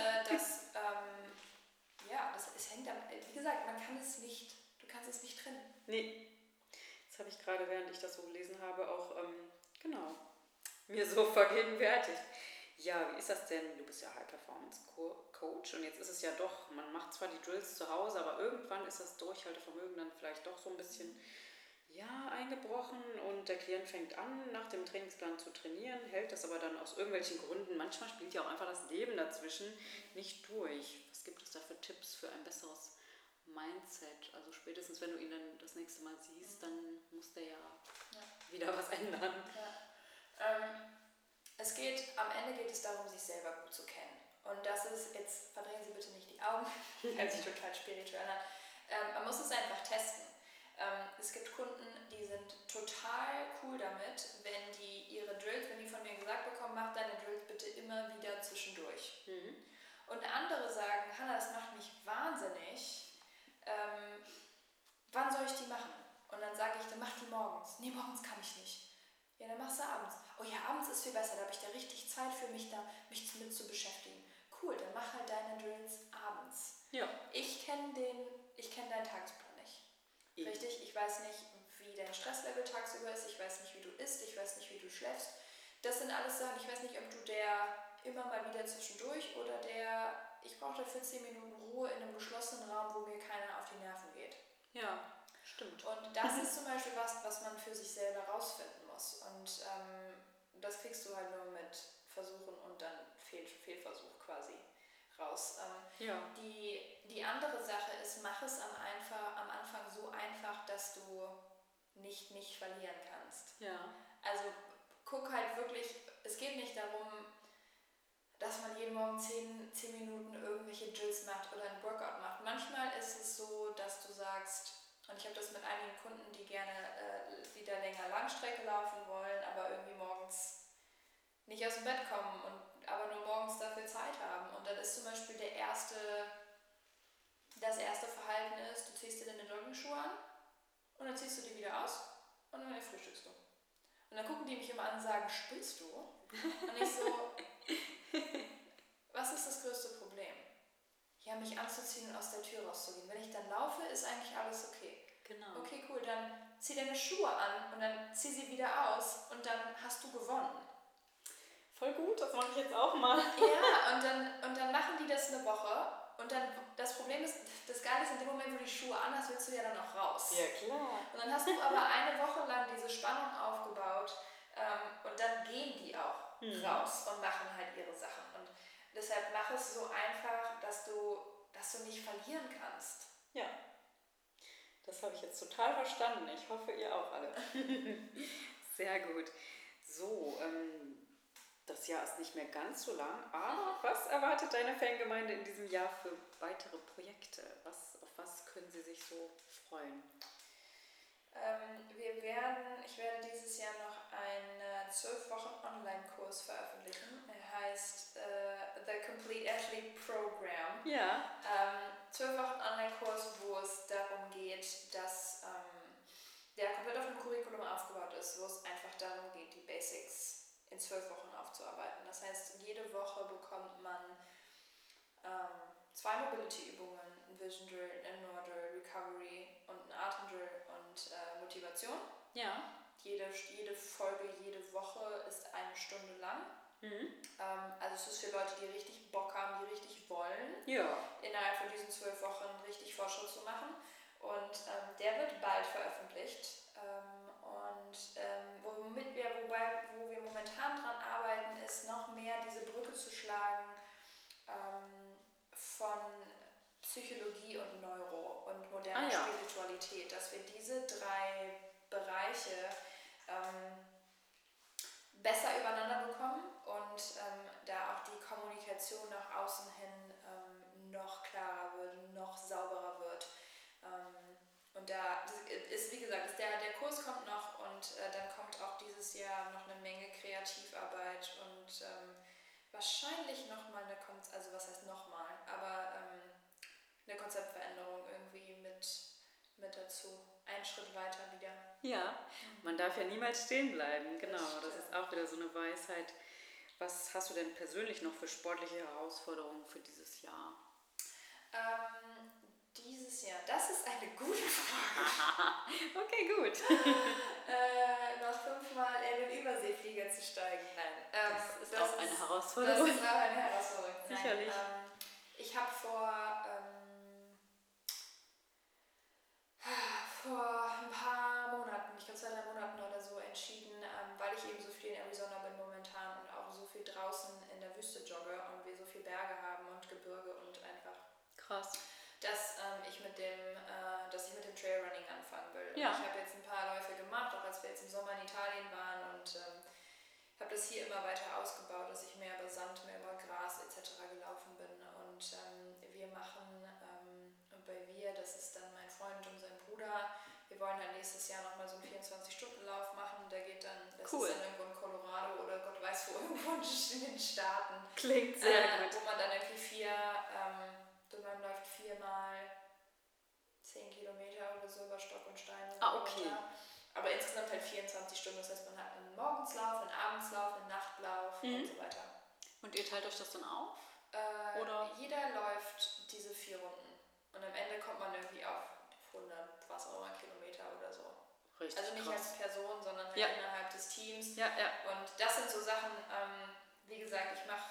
B: es hängt am, wie gesagt, du kannst es nicht trennen.
A: Nee, das habe ich gerade, während ich das so gelesen habe, auch mir so vergegenwärtigt. Ja, wie ist das denn? Du bist ja High-Performance-Coach und jetzt ist es ja doch, man macht zwar die Drills zu Hause, aber irgendwann ist das Durchhaltevermögen dann vielleicht doch so ein bisschen eingebrochen und der Klient fängt an, nach dem Trainingsplan zu trainieren, hält das aber dann aus irgendwelchen Gründen, manchmal spielt ja auch einfach das Leben dazwischen, nicht durch. Was gibt es da für Tipps für ein besseres Mindset? Also spätestens, wenn du ihn dann das nächste Mal siehst, dann muss der wieder was ändern.
B: Ja. Am Ende geht es darum, sich selber gut zu kennen. Und das ist, jetzt verdrehen Sie bitte nicht die Augen, hört sich total spirituell an. Man muss es einfach testen. Es gibt Kunden, die sind total cool damit, wenn die ihre Drills, wenn die von mir gesagt bekommen, mach deine Drills bitte immer wieder zwischendurch. Und andere sagen, Hanna, das macht mich wahnsinnig, wann soll ich die machen? Und dann sage ich, dann mach die morgens. Nee, morgens kann ich nicht. Ja, dann machst du abends. Oh ja, abends ist viel besser, da habe ich da richtig Zeit für mich mit zu beschäftigen. Cool, dann mach halt deine Drills abends.
A: Ja.
B: Ich kenne deinen Tagesplan nicht. Richtig? Ich weiß nicht, wie dein Stresslevel tagsüber ist, ich weiß nicht, wie du isst, ich weiß nicht, wie du schläfst. Das sind alles Sachen, ich weiß nicht, ob du der immer mal wieder zwischendurch oder ich brauche dafür 10 Minuten Ruhe in einem geschlossenen Raum, wo mir keiner auf die Nerven geht.
A: Ja, stimmt.
B: Und das ist zum Beispiel was man für sich selber rausfinden muss. Und das kriegst du halt nur mit Versuchen und dann Fehlversuch quasi raus. Die andere Sache ist, mach es am Anfang so einfach, dass du nicht verlieren kannst.
A: Ja.
B: Also guck halt wirklich, es geht nicht darum, dass man jeden Morgen 10 Minuten irgendwelche Drills macht oder einen Workout macht. Manchmal ist es so, dass du sagst, und ich habe das mit einigen Kunden, die gerne wieder länger Langstrecke laufen wollen, aber irgendwie morgens ziehst dir deine Jogging-Schuhe an und dann ziehst du die wieder aus und dann frühstückst du. Und dann gucken die mich immer an und sagen, spinnst du? Und ich so, was ist das größte Problem? Ja, mich anzuziehen und aus der Tür rauszugehen. Wenn ich dann laufe, ist eigentlich alles okay.
A: Genau.
B: Okay, cool, dann zieh deine Schuhe an und dann zieh sie wieder aus und dann hast du gewonnen.
A: Voll gut, das mache ich jetzt auch mal.
B: Ja, und dann machen die das eine Woche und dann, das Problem ist, das Geile ist, in dem Moment, wo du die Schuhe anhast, willst du ja dann auch raus.
A: Ja, klar.
B: Und dann hast du aber eine Woche lang diese Spannung aufgebaut und dann gehen die auch raus und machen halt ihre Sachen. Und deshalb mach es so einfach, dass du nicht verlieren kannst.
A: Ja, das habe ich jetzt total verstanden. Ich hoffe, ihr auch alle. Sehr gut. So, das Jahr ist nicht mehr ganz so lang, aber was erwartet deine Fangemeinde in diesem Jahr für weitere Projekte? Auf was können sie sich so freuen?
B: Ich werde dieses Jahr noch einen 12 Wochen Online-Kurs veröffentlichen. Er heißt The Complete Athlete Program.
A: Ja.
B: 12 Wochen Online-Kurs, wo es darum geht, dass der komplett auf einem Curriculum aufgebaut ist, wo es einfach darum geht, die Basics in 12 Wochen aufzuarbeiten. Das heißt, jede Woche bekommt man 2 Mobility-Übungen, ein Vision Drill, ein Indoor Drill, Recovery und ein Atem-Drill und Motivation.
A: Ja.
B: Jede Folge, jede Woche ist 1 Stunde lang. Also es ist für Leute, die richtig Bock haben, die richtig wollen, innerhalb von diesen 12 Wochen richtig Fortschritt zu machen. Und der wird bald veröffentlicht. Wo wir momentan dran arbeiten, ist noch mehr diese Brücke zu schlagen von Psychologie und Neuro und moderner Spiritualität, dass wir diese 3 Bereiche besser übereinander bekommen und da auch die Kommunikation nach außen hin noch klarer wird, noch sauberer wird. Und da ist, wie gesagt, der Kurs kommt noch und dann kommt auch dieses Jahr noch eine Menge Kreativarbeit und wahrscheinlich nochmal eine Konzeptveränderung irgendwie mit dazu. Einen Schritt weiter wieder.
A: Ja, man darf ja niemals stehen bleiben, genau. Das ist auch wieder so eine Weisheit. Was hast du denn persönlich noch für sportliche Herausforderungen für dieses Jahr?
B: Dieses Jahr, das ist eine gute Frage.
A: Okay, gut.
B: Noch 5-mal in den Überseeflieger zu steigen. Nein.
A: Das ist auch eine Herausforderung.
B: Das ist auch eine Herausforderung.
A: Sicherlich.
B: Nein, ich habe vor ein paar Monaten, ich glaube 2-3 Monaten oder so, entschieden, weil ich eben so viel in Arizona bin momentan und auch so viel draußen in der Wüste jogge und wir so viel Berge haben und Gebirge und einfach
A: krass,
B: dass ich mit dem Trailrunning anfangen will.
A: Ja.
B: Ich habe jetzt ein paar Läufe gemacht, auch als wir jetzt im Sommer in Italien waren und habe das hier immer weiter ausgebaut, dass ich mehr über Sand, mehr über Gras etc. gelaufen bin und wir machen das ist dann mein Freund und sein Bruder, wir wollen dann nächstes Jahr nochmal so einen 24-Stunden-Lauf machen, der geht dann, das
A: cool.
B: ist dann irgendwo in Colorado oder Gott weiß wo, irgendwo in den Staaten.
A: Klingt sehr gut.
B: Wo man dann irgendwie man läuft 4-mal 10 Kilometer oder so über Stock und Stein.
A: Okay.
B: Aber insgesamt halt 24 Stunden, das heißt man hat einen Morgenslauf, einen Abendslauf, einen Nachtlauf und so weiter.
A: Und ihr teilt euch das dann auf?
B: Oder? Jeder läuft diese 4 Runden. Und am Ende kommt man irgendwie auf 100, was auch immer, Kilometer oder so.
A: Richtig
B: also nicht
A: krass.
B: als Person, sondern halt innerhalb des Teams.
A: Ja.
B: Und das sind so Sachen, wie gesagt, ich mache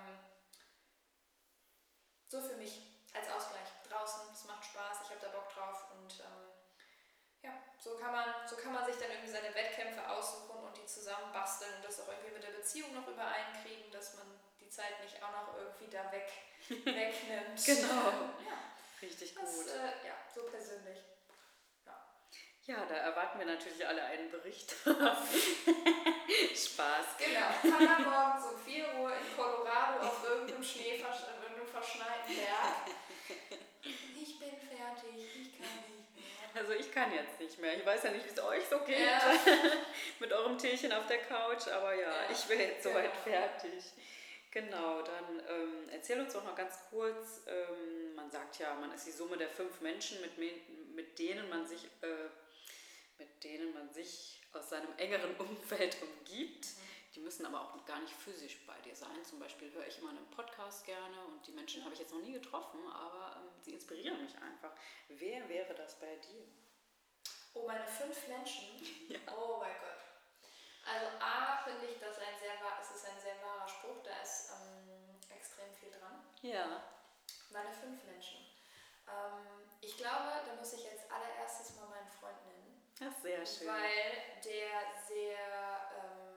B: so für mich als Ausgleich draußen. Es macht Spaß, ich habe da Bock drauf und so kann man sich dann irgendwie seine Wettkämpfe aussuchen und die zusammenbasteln und das auch irgendwie mit der Beziehung noch übereinkriegen, dass man die Zeit nicht auch noch irgendwie da wegnimmt.
A: Genau. Richtig gut.
B: So persönlich.
A: Ja, da erwarten wir natürlich alle einen Bericht. Spaß.
B: Genau. Fahre morgens um 4 Uhr in Colorado auf irgendeinem verschneiten Berg. Ich bin fertig, ich kann nicht mehr.
A: Also ich kann jetzt nicht mehr. Ich weiß ja nicht, wie es euch so geht.
B: Ja.
A: Mit eurem Teechen auf der Couch. Aber ich bin jetzt soweit fertig. Genau, dann erzähl uns doch noch ganz kurz, man sagt ja, man ist die Summe der 5 Menschen, mit mit denen man sich aus seinem engeren Umfeld umgibt. Die müssen aber auch gar nicht physisch bei dir sein. Zum Beispiel höre ich immer einen Podcast gerne und die Menschen habe ich jetzt noch nie getroffen, aber sie inspirieren mich einfach. Wer wäre das bei dir?
B: Oh, meine 5 Menschen?
A: Ja.
B: Oh mein Gott. Also A, finde ich, es ist ein sehr wahrer Spruch, da ist extrem viel dran.
A: Ja.
B: Meine 5 Menschen. Ich glaube, da muss ich als allererstes mal meinen Freund nennen.
A: Ach, sehr schön.
B: Weil der sehr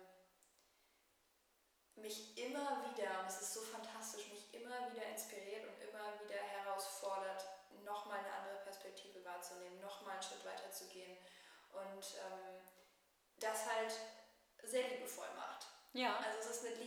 B: mich immer wieder, und es ist so fantastisch, mich immer wieder inspiriert und immer wieder herausfordert, nochmal eine andere Perspektive wahrzunehmen, nochmal einen Schritt weiter zu gehen und das halt sehr liebevoll macht.
A: Ja.
B: Also es ist ein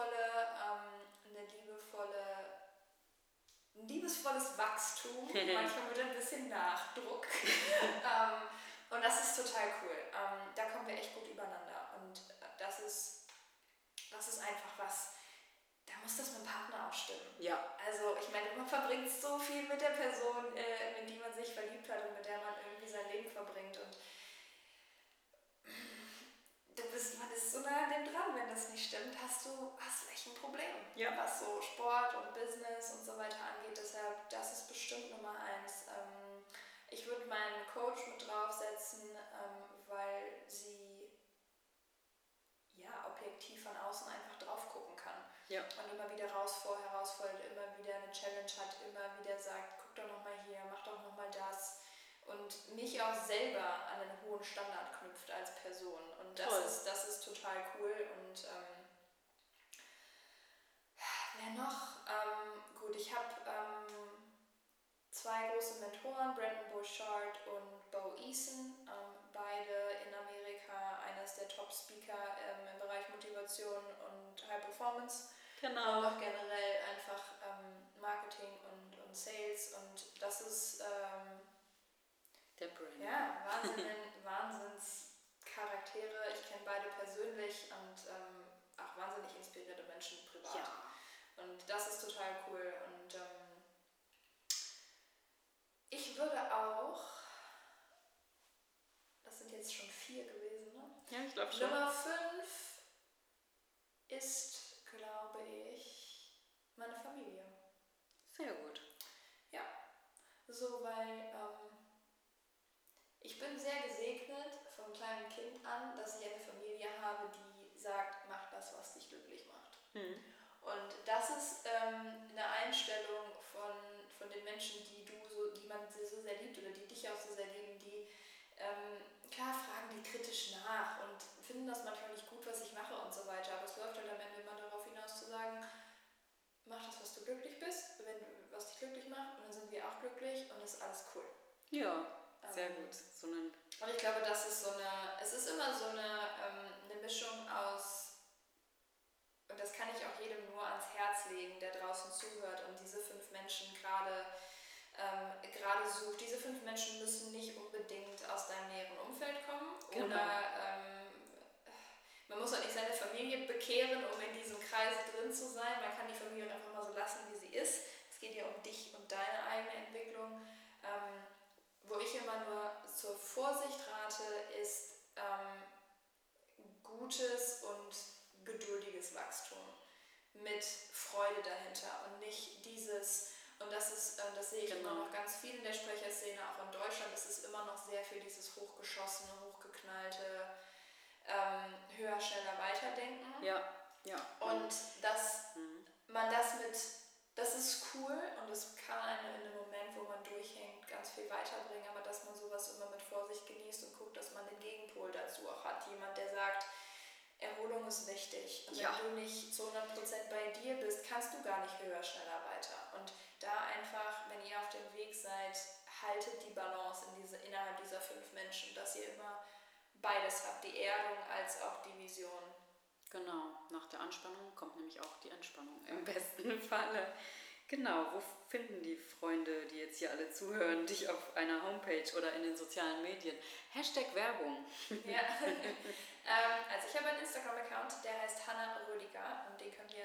B: liebesvolles Wachstum, manchmal mit ein bisschen Nachdruck. Und das ist total cool. Da kommen wir echt gut übereinander. Und das ist einfach was, da muss das mit dem Partner auch stimmen.
A: Ja.
B: Also ich meine, man verbringt so viel mit der Person, in die man sich verliebt hat und mit der man irgendwie sein Leben verbringt. Und man ist so nah an dem dran, wenn das nicht stimmt, hast du echt ein Problem.
A: Ja.
B: Was so Sport und Business und so weiter angeht. Deshalb, das ist bestimmt Nummer 1. Ich würde meinen Coach mit draufsetzen, weil sie objektiv von außen einfach drauf gucken kann.
A: Ja.
B: Und immer wieder herausfordert, immer wieder eine Challenge hat, immer wieder sagt, guck doch nochmal hier, mach doch nochmal das. Und mich auch selber an einen hohen Standard knüpft als Person. Und das ist total cool. Und wer noch? Gut, ich habe 2 große Mentoren, Brandon Burchard und Bo Eason, beide in Amerika, einer ist der Top-Speaker im Bereich Motivation und High Performance.
A: Genau.
B: Und auch generell einfach Marketing und Sales und das ist
A: der Brandon.
B: ja, Wahnsinnscharaktere. Ich kenne beide persönlich und auch wahnsinnig inspirierte Menschen privat.
A: Ja.
B: Und das ist total cool und ich würde auch, das sind jetzt schon 4 gewesen, ne?
A: Ja, ich glaube schon.
B: Nummer 5 ist, glaube ich, meine Familie.
A: Sehr gut.
B: Ja, so weil ich bin sehr gesegnet vom kleinen Kind an, dass ich eine Familie habe, die sagt, mach das, was dich glücklich macht.
A: Mhm.
B: Und das ist eine Einstellung von den Menschen, die man so sehr liebt oder die dich auch so sehr lieben, die klar fragen die kritisch nach und finden das manchmal nicht gut, was ich mache und so weiter. Aber es läuft halt am Ende immer darauf hinaus zu sagen, mach das, was du glücklich bist, was dich glücklich macht und dann sind wir auch glücklich und ist alles cool.
A: Ja, sehr gut.
B: Und ich glaube, das ist es ist immer so eine Mischung aus, und das kann ich auch jedem nur ans Herz legen, der draußen zuhört und diese 5 Menschen gerade sucht. Diese 5 Menschen müssen nicht unbedingt aus deinem näheren Umfeld kommen.
A: Genau.
B: Oder man muss auch nicht seine Familie bekehren, um in diesem Kreis drin zu sein. Man kann die Familie einfach mal so lassen, wie sie ist. Es geht ja um dich und deine eigene Entwicklung. Wo ich immer nur zur Vorsicht rate, ist gutes und geduldiges Wachstum mit Freude dahinter und nicht dieses, und das sehe ich immer noch ganz viel in der Sprecherszene, auch in Deutschland, es ist immer noch sehr viel dieses hochgeschossene, hochgeknallte, höher, schneller, weiterdenken.
A: Ja.
B: Und das ist cool und das kann einen in einem Moment, wo man durchhängt, ganz viel weiterbringen, aber dass man sowas immer mit Vorsicht genießt und guckt, dass man den Gegenpol dazu auch hat. Jemand, der sagt, Erholung ist wichtig. Und wenn du nicht zu 100% bei dir bist, kannst du gar nicht höher, schneller, weiter. Und da einfach, wenn ihr auf dem Weg seid, haltet die Balance innerhalb dieser 5 Menschen, dass ihr immer beides habt, die Erdung als auch die Vision.
A: Genau, nach der Anspannung kommt nämlich auch die Entspannung im besten Falle. Genau, wo finden die Freunde, die jetzt hier alle zuhören, dich auf einer Homepage oder in den sozialen Medien? #Werbung.
B: Ja, also ich habe einen Instagram-Account, der heißt Hannah Rödiger und den könnt ihr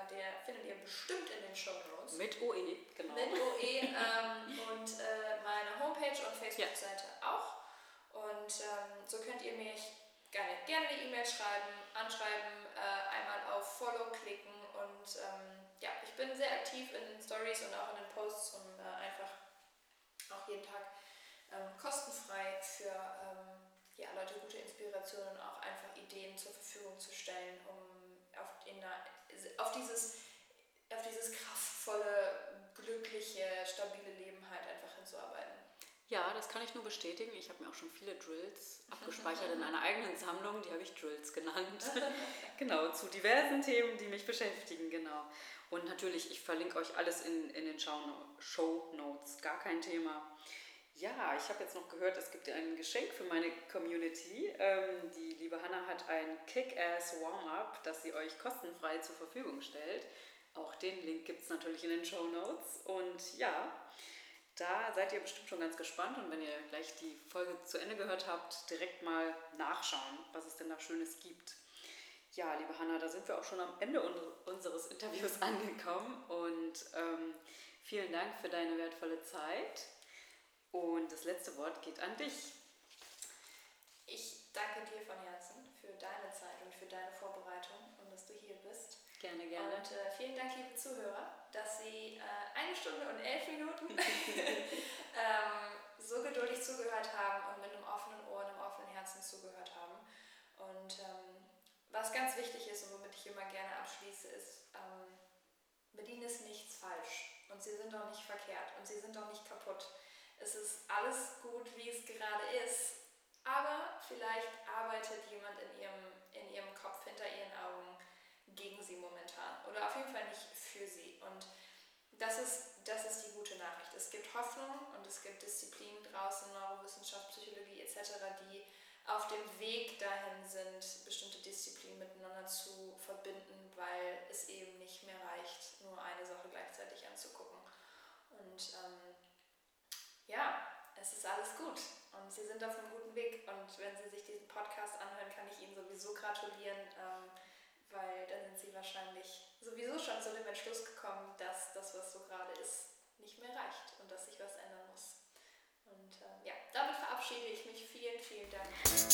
B: der findet ihr bestimmt in den Shownotes.
A: Mit OE, genau.
B: Mit OE und meine Homepage und Facebook-Seite auch. Und so könnt ihr mich gerne eine E-Mail anschreiben, einmal auf Follow klicken und ich bin sehr aktiv in den Stories und auch in den Posts, um einfach auch jeden Tag kostenfrei für Leute gute Inspirationen und auch einfach Ideen zur Verfügung zu stellen, um auf dieses kraftvolle, glückliche, stabile Leben halt einfach hinzuarbeiten.
A: Ja, das kann ich nur bestätigen. Ich habe mir auch schon viele Drills abgespeichert in einer eigenen Sammlung, die habe ich Drills genannt. Genau, zu diversen Themen, die mich beschäftigen, genau. Und natürlich, ich verlinke euch alles in den Shownotes, gar kein Thema. Ja, ich habe jetzt noch gehört, es gibt ein Geschenk für meine Community. Die liebe Hannah hat ein Kick-Ass Warm-Up, das sie euch kostenfrei zur Verfügung stellt. Auch den Link gibt es natürlich in den Shownotes. Und ja, da seid ihr bestimmt schon ganz gespannt. Und wenn ihr gleich die Folge zu Ende gehört habt, direkt mal nachschauen, was es denn da Schönes gibt. Ja, liebe Hannah, da sind wir auch schon am Ende unseres Interviews angekommen. Und vielen Dank für deine wertvolle Zeit. Und das letzte Wort geht an dich.
B: Ich danke dir von Herzen für deine Zeit und für deine Vorbereitung und dass du hier bist.
A: Gerne, gerne.
B: Und vielen Dank, liebe Zuhörer, dass Sie 1 Stunde und 11 Minuten so geduldig zugehört haben und mit einem offenen Ohr und einem offenen Herzen zugehört haben. Und was ganz wichtig ist und womit ich immer gerne abschließe, ist, mit Ihnen ist nichts falsch und Sie sind auch nicht verkehrt und Sie sind auch nicht kaputt. Es ist alles gut, wie es gerade ist, aber vielleicht arbeitet jemand in ihrem Kopf, hinter ihren Augen gegen sie momentan oder auf jeden Fall nicht für sie. Und das ist die gute Nachricht. Es gibt Hoffnung und es gibt Disziplinen draußen, Neurowissenschaft, Psychologie etc., die auf dem Weg dahin sind, bestimmte Disziplinen miteinander zu verbinden, weil es eben nicht mehr reicht, nur eine Sache gleichzeitig anzugucken. Und es ist alles gut und Sie sind auf einem guten Weg und wenn Sie sich diesen Podcast anhören, kann ich Ihnen sowieso gratulieren, weil dann sind Sie wahrscheinlich sowieso schon zu dem Entschluss gekommen, dass das, was so gerade ist, nicht mehr reicht und dass sich was ändern muss. Und damit verabschiede ich mich. Vielen, vielen Dank.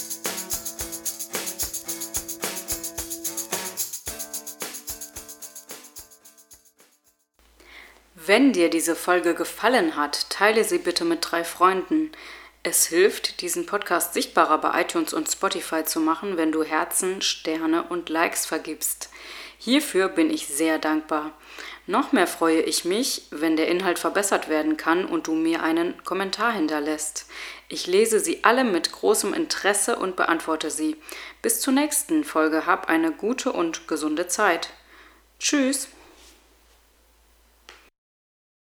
A: Wenn dir diese Folge gefallen hat, teile sie bitte mit 3 Freunden. Es hilft, diesen Podcast sichtbarer bei iTunes und Spotify zu machen, wenn du Herzen, Sterne und Likes vergibst. Hierfür bin ich sehr dankbar. Noch mehr freue ich mich, wenn der Inhalt verbessert werden kann und du mir einen Kommentar hinterlässt. Ich lese sie alle mit großem Interesse und beantworte sie. Bis zur nächsten Folge. Hab eine gute und gesunde Zeit. Tschüss!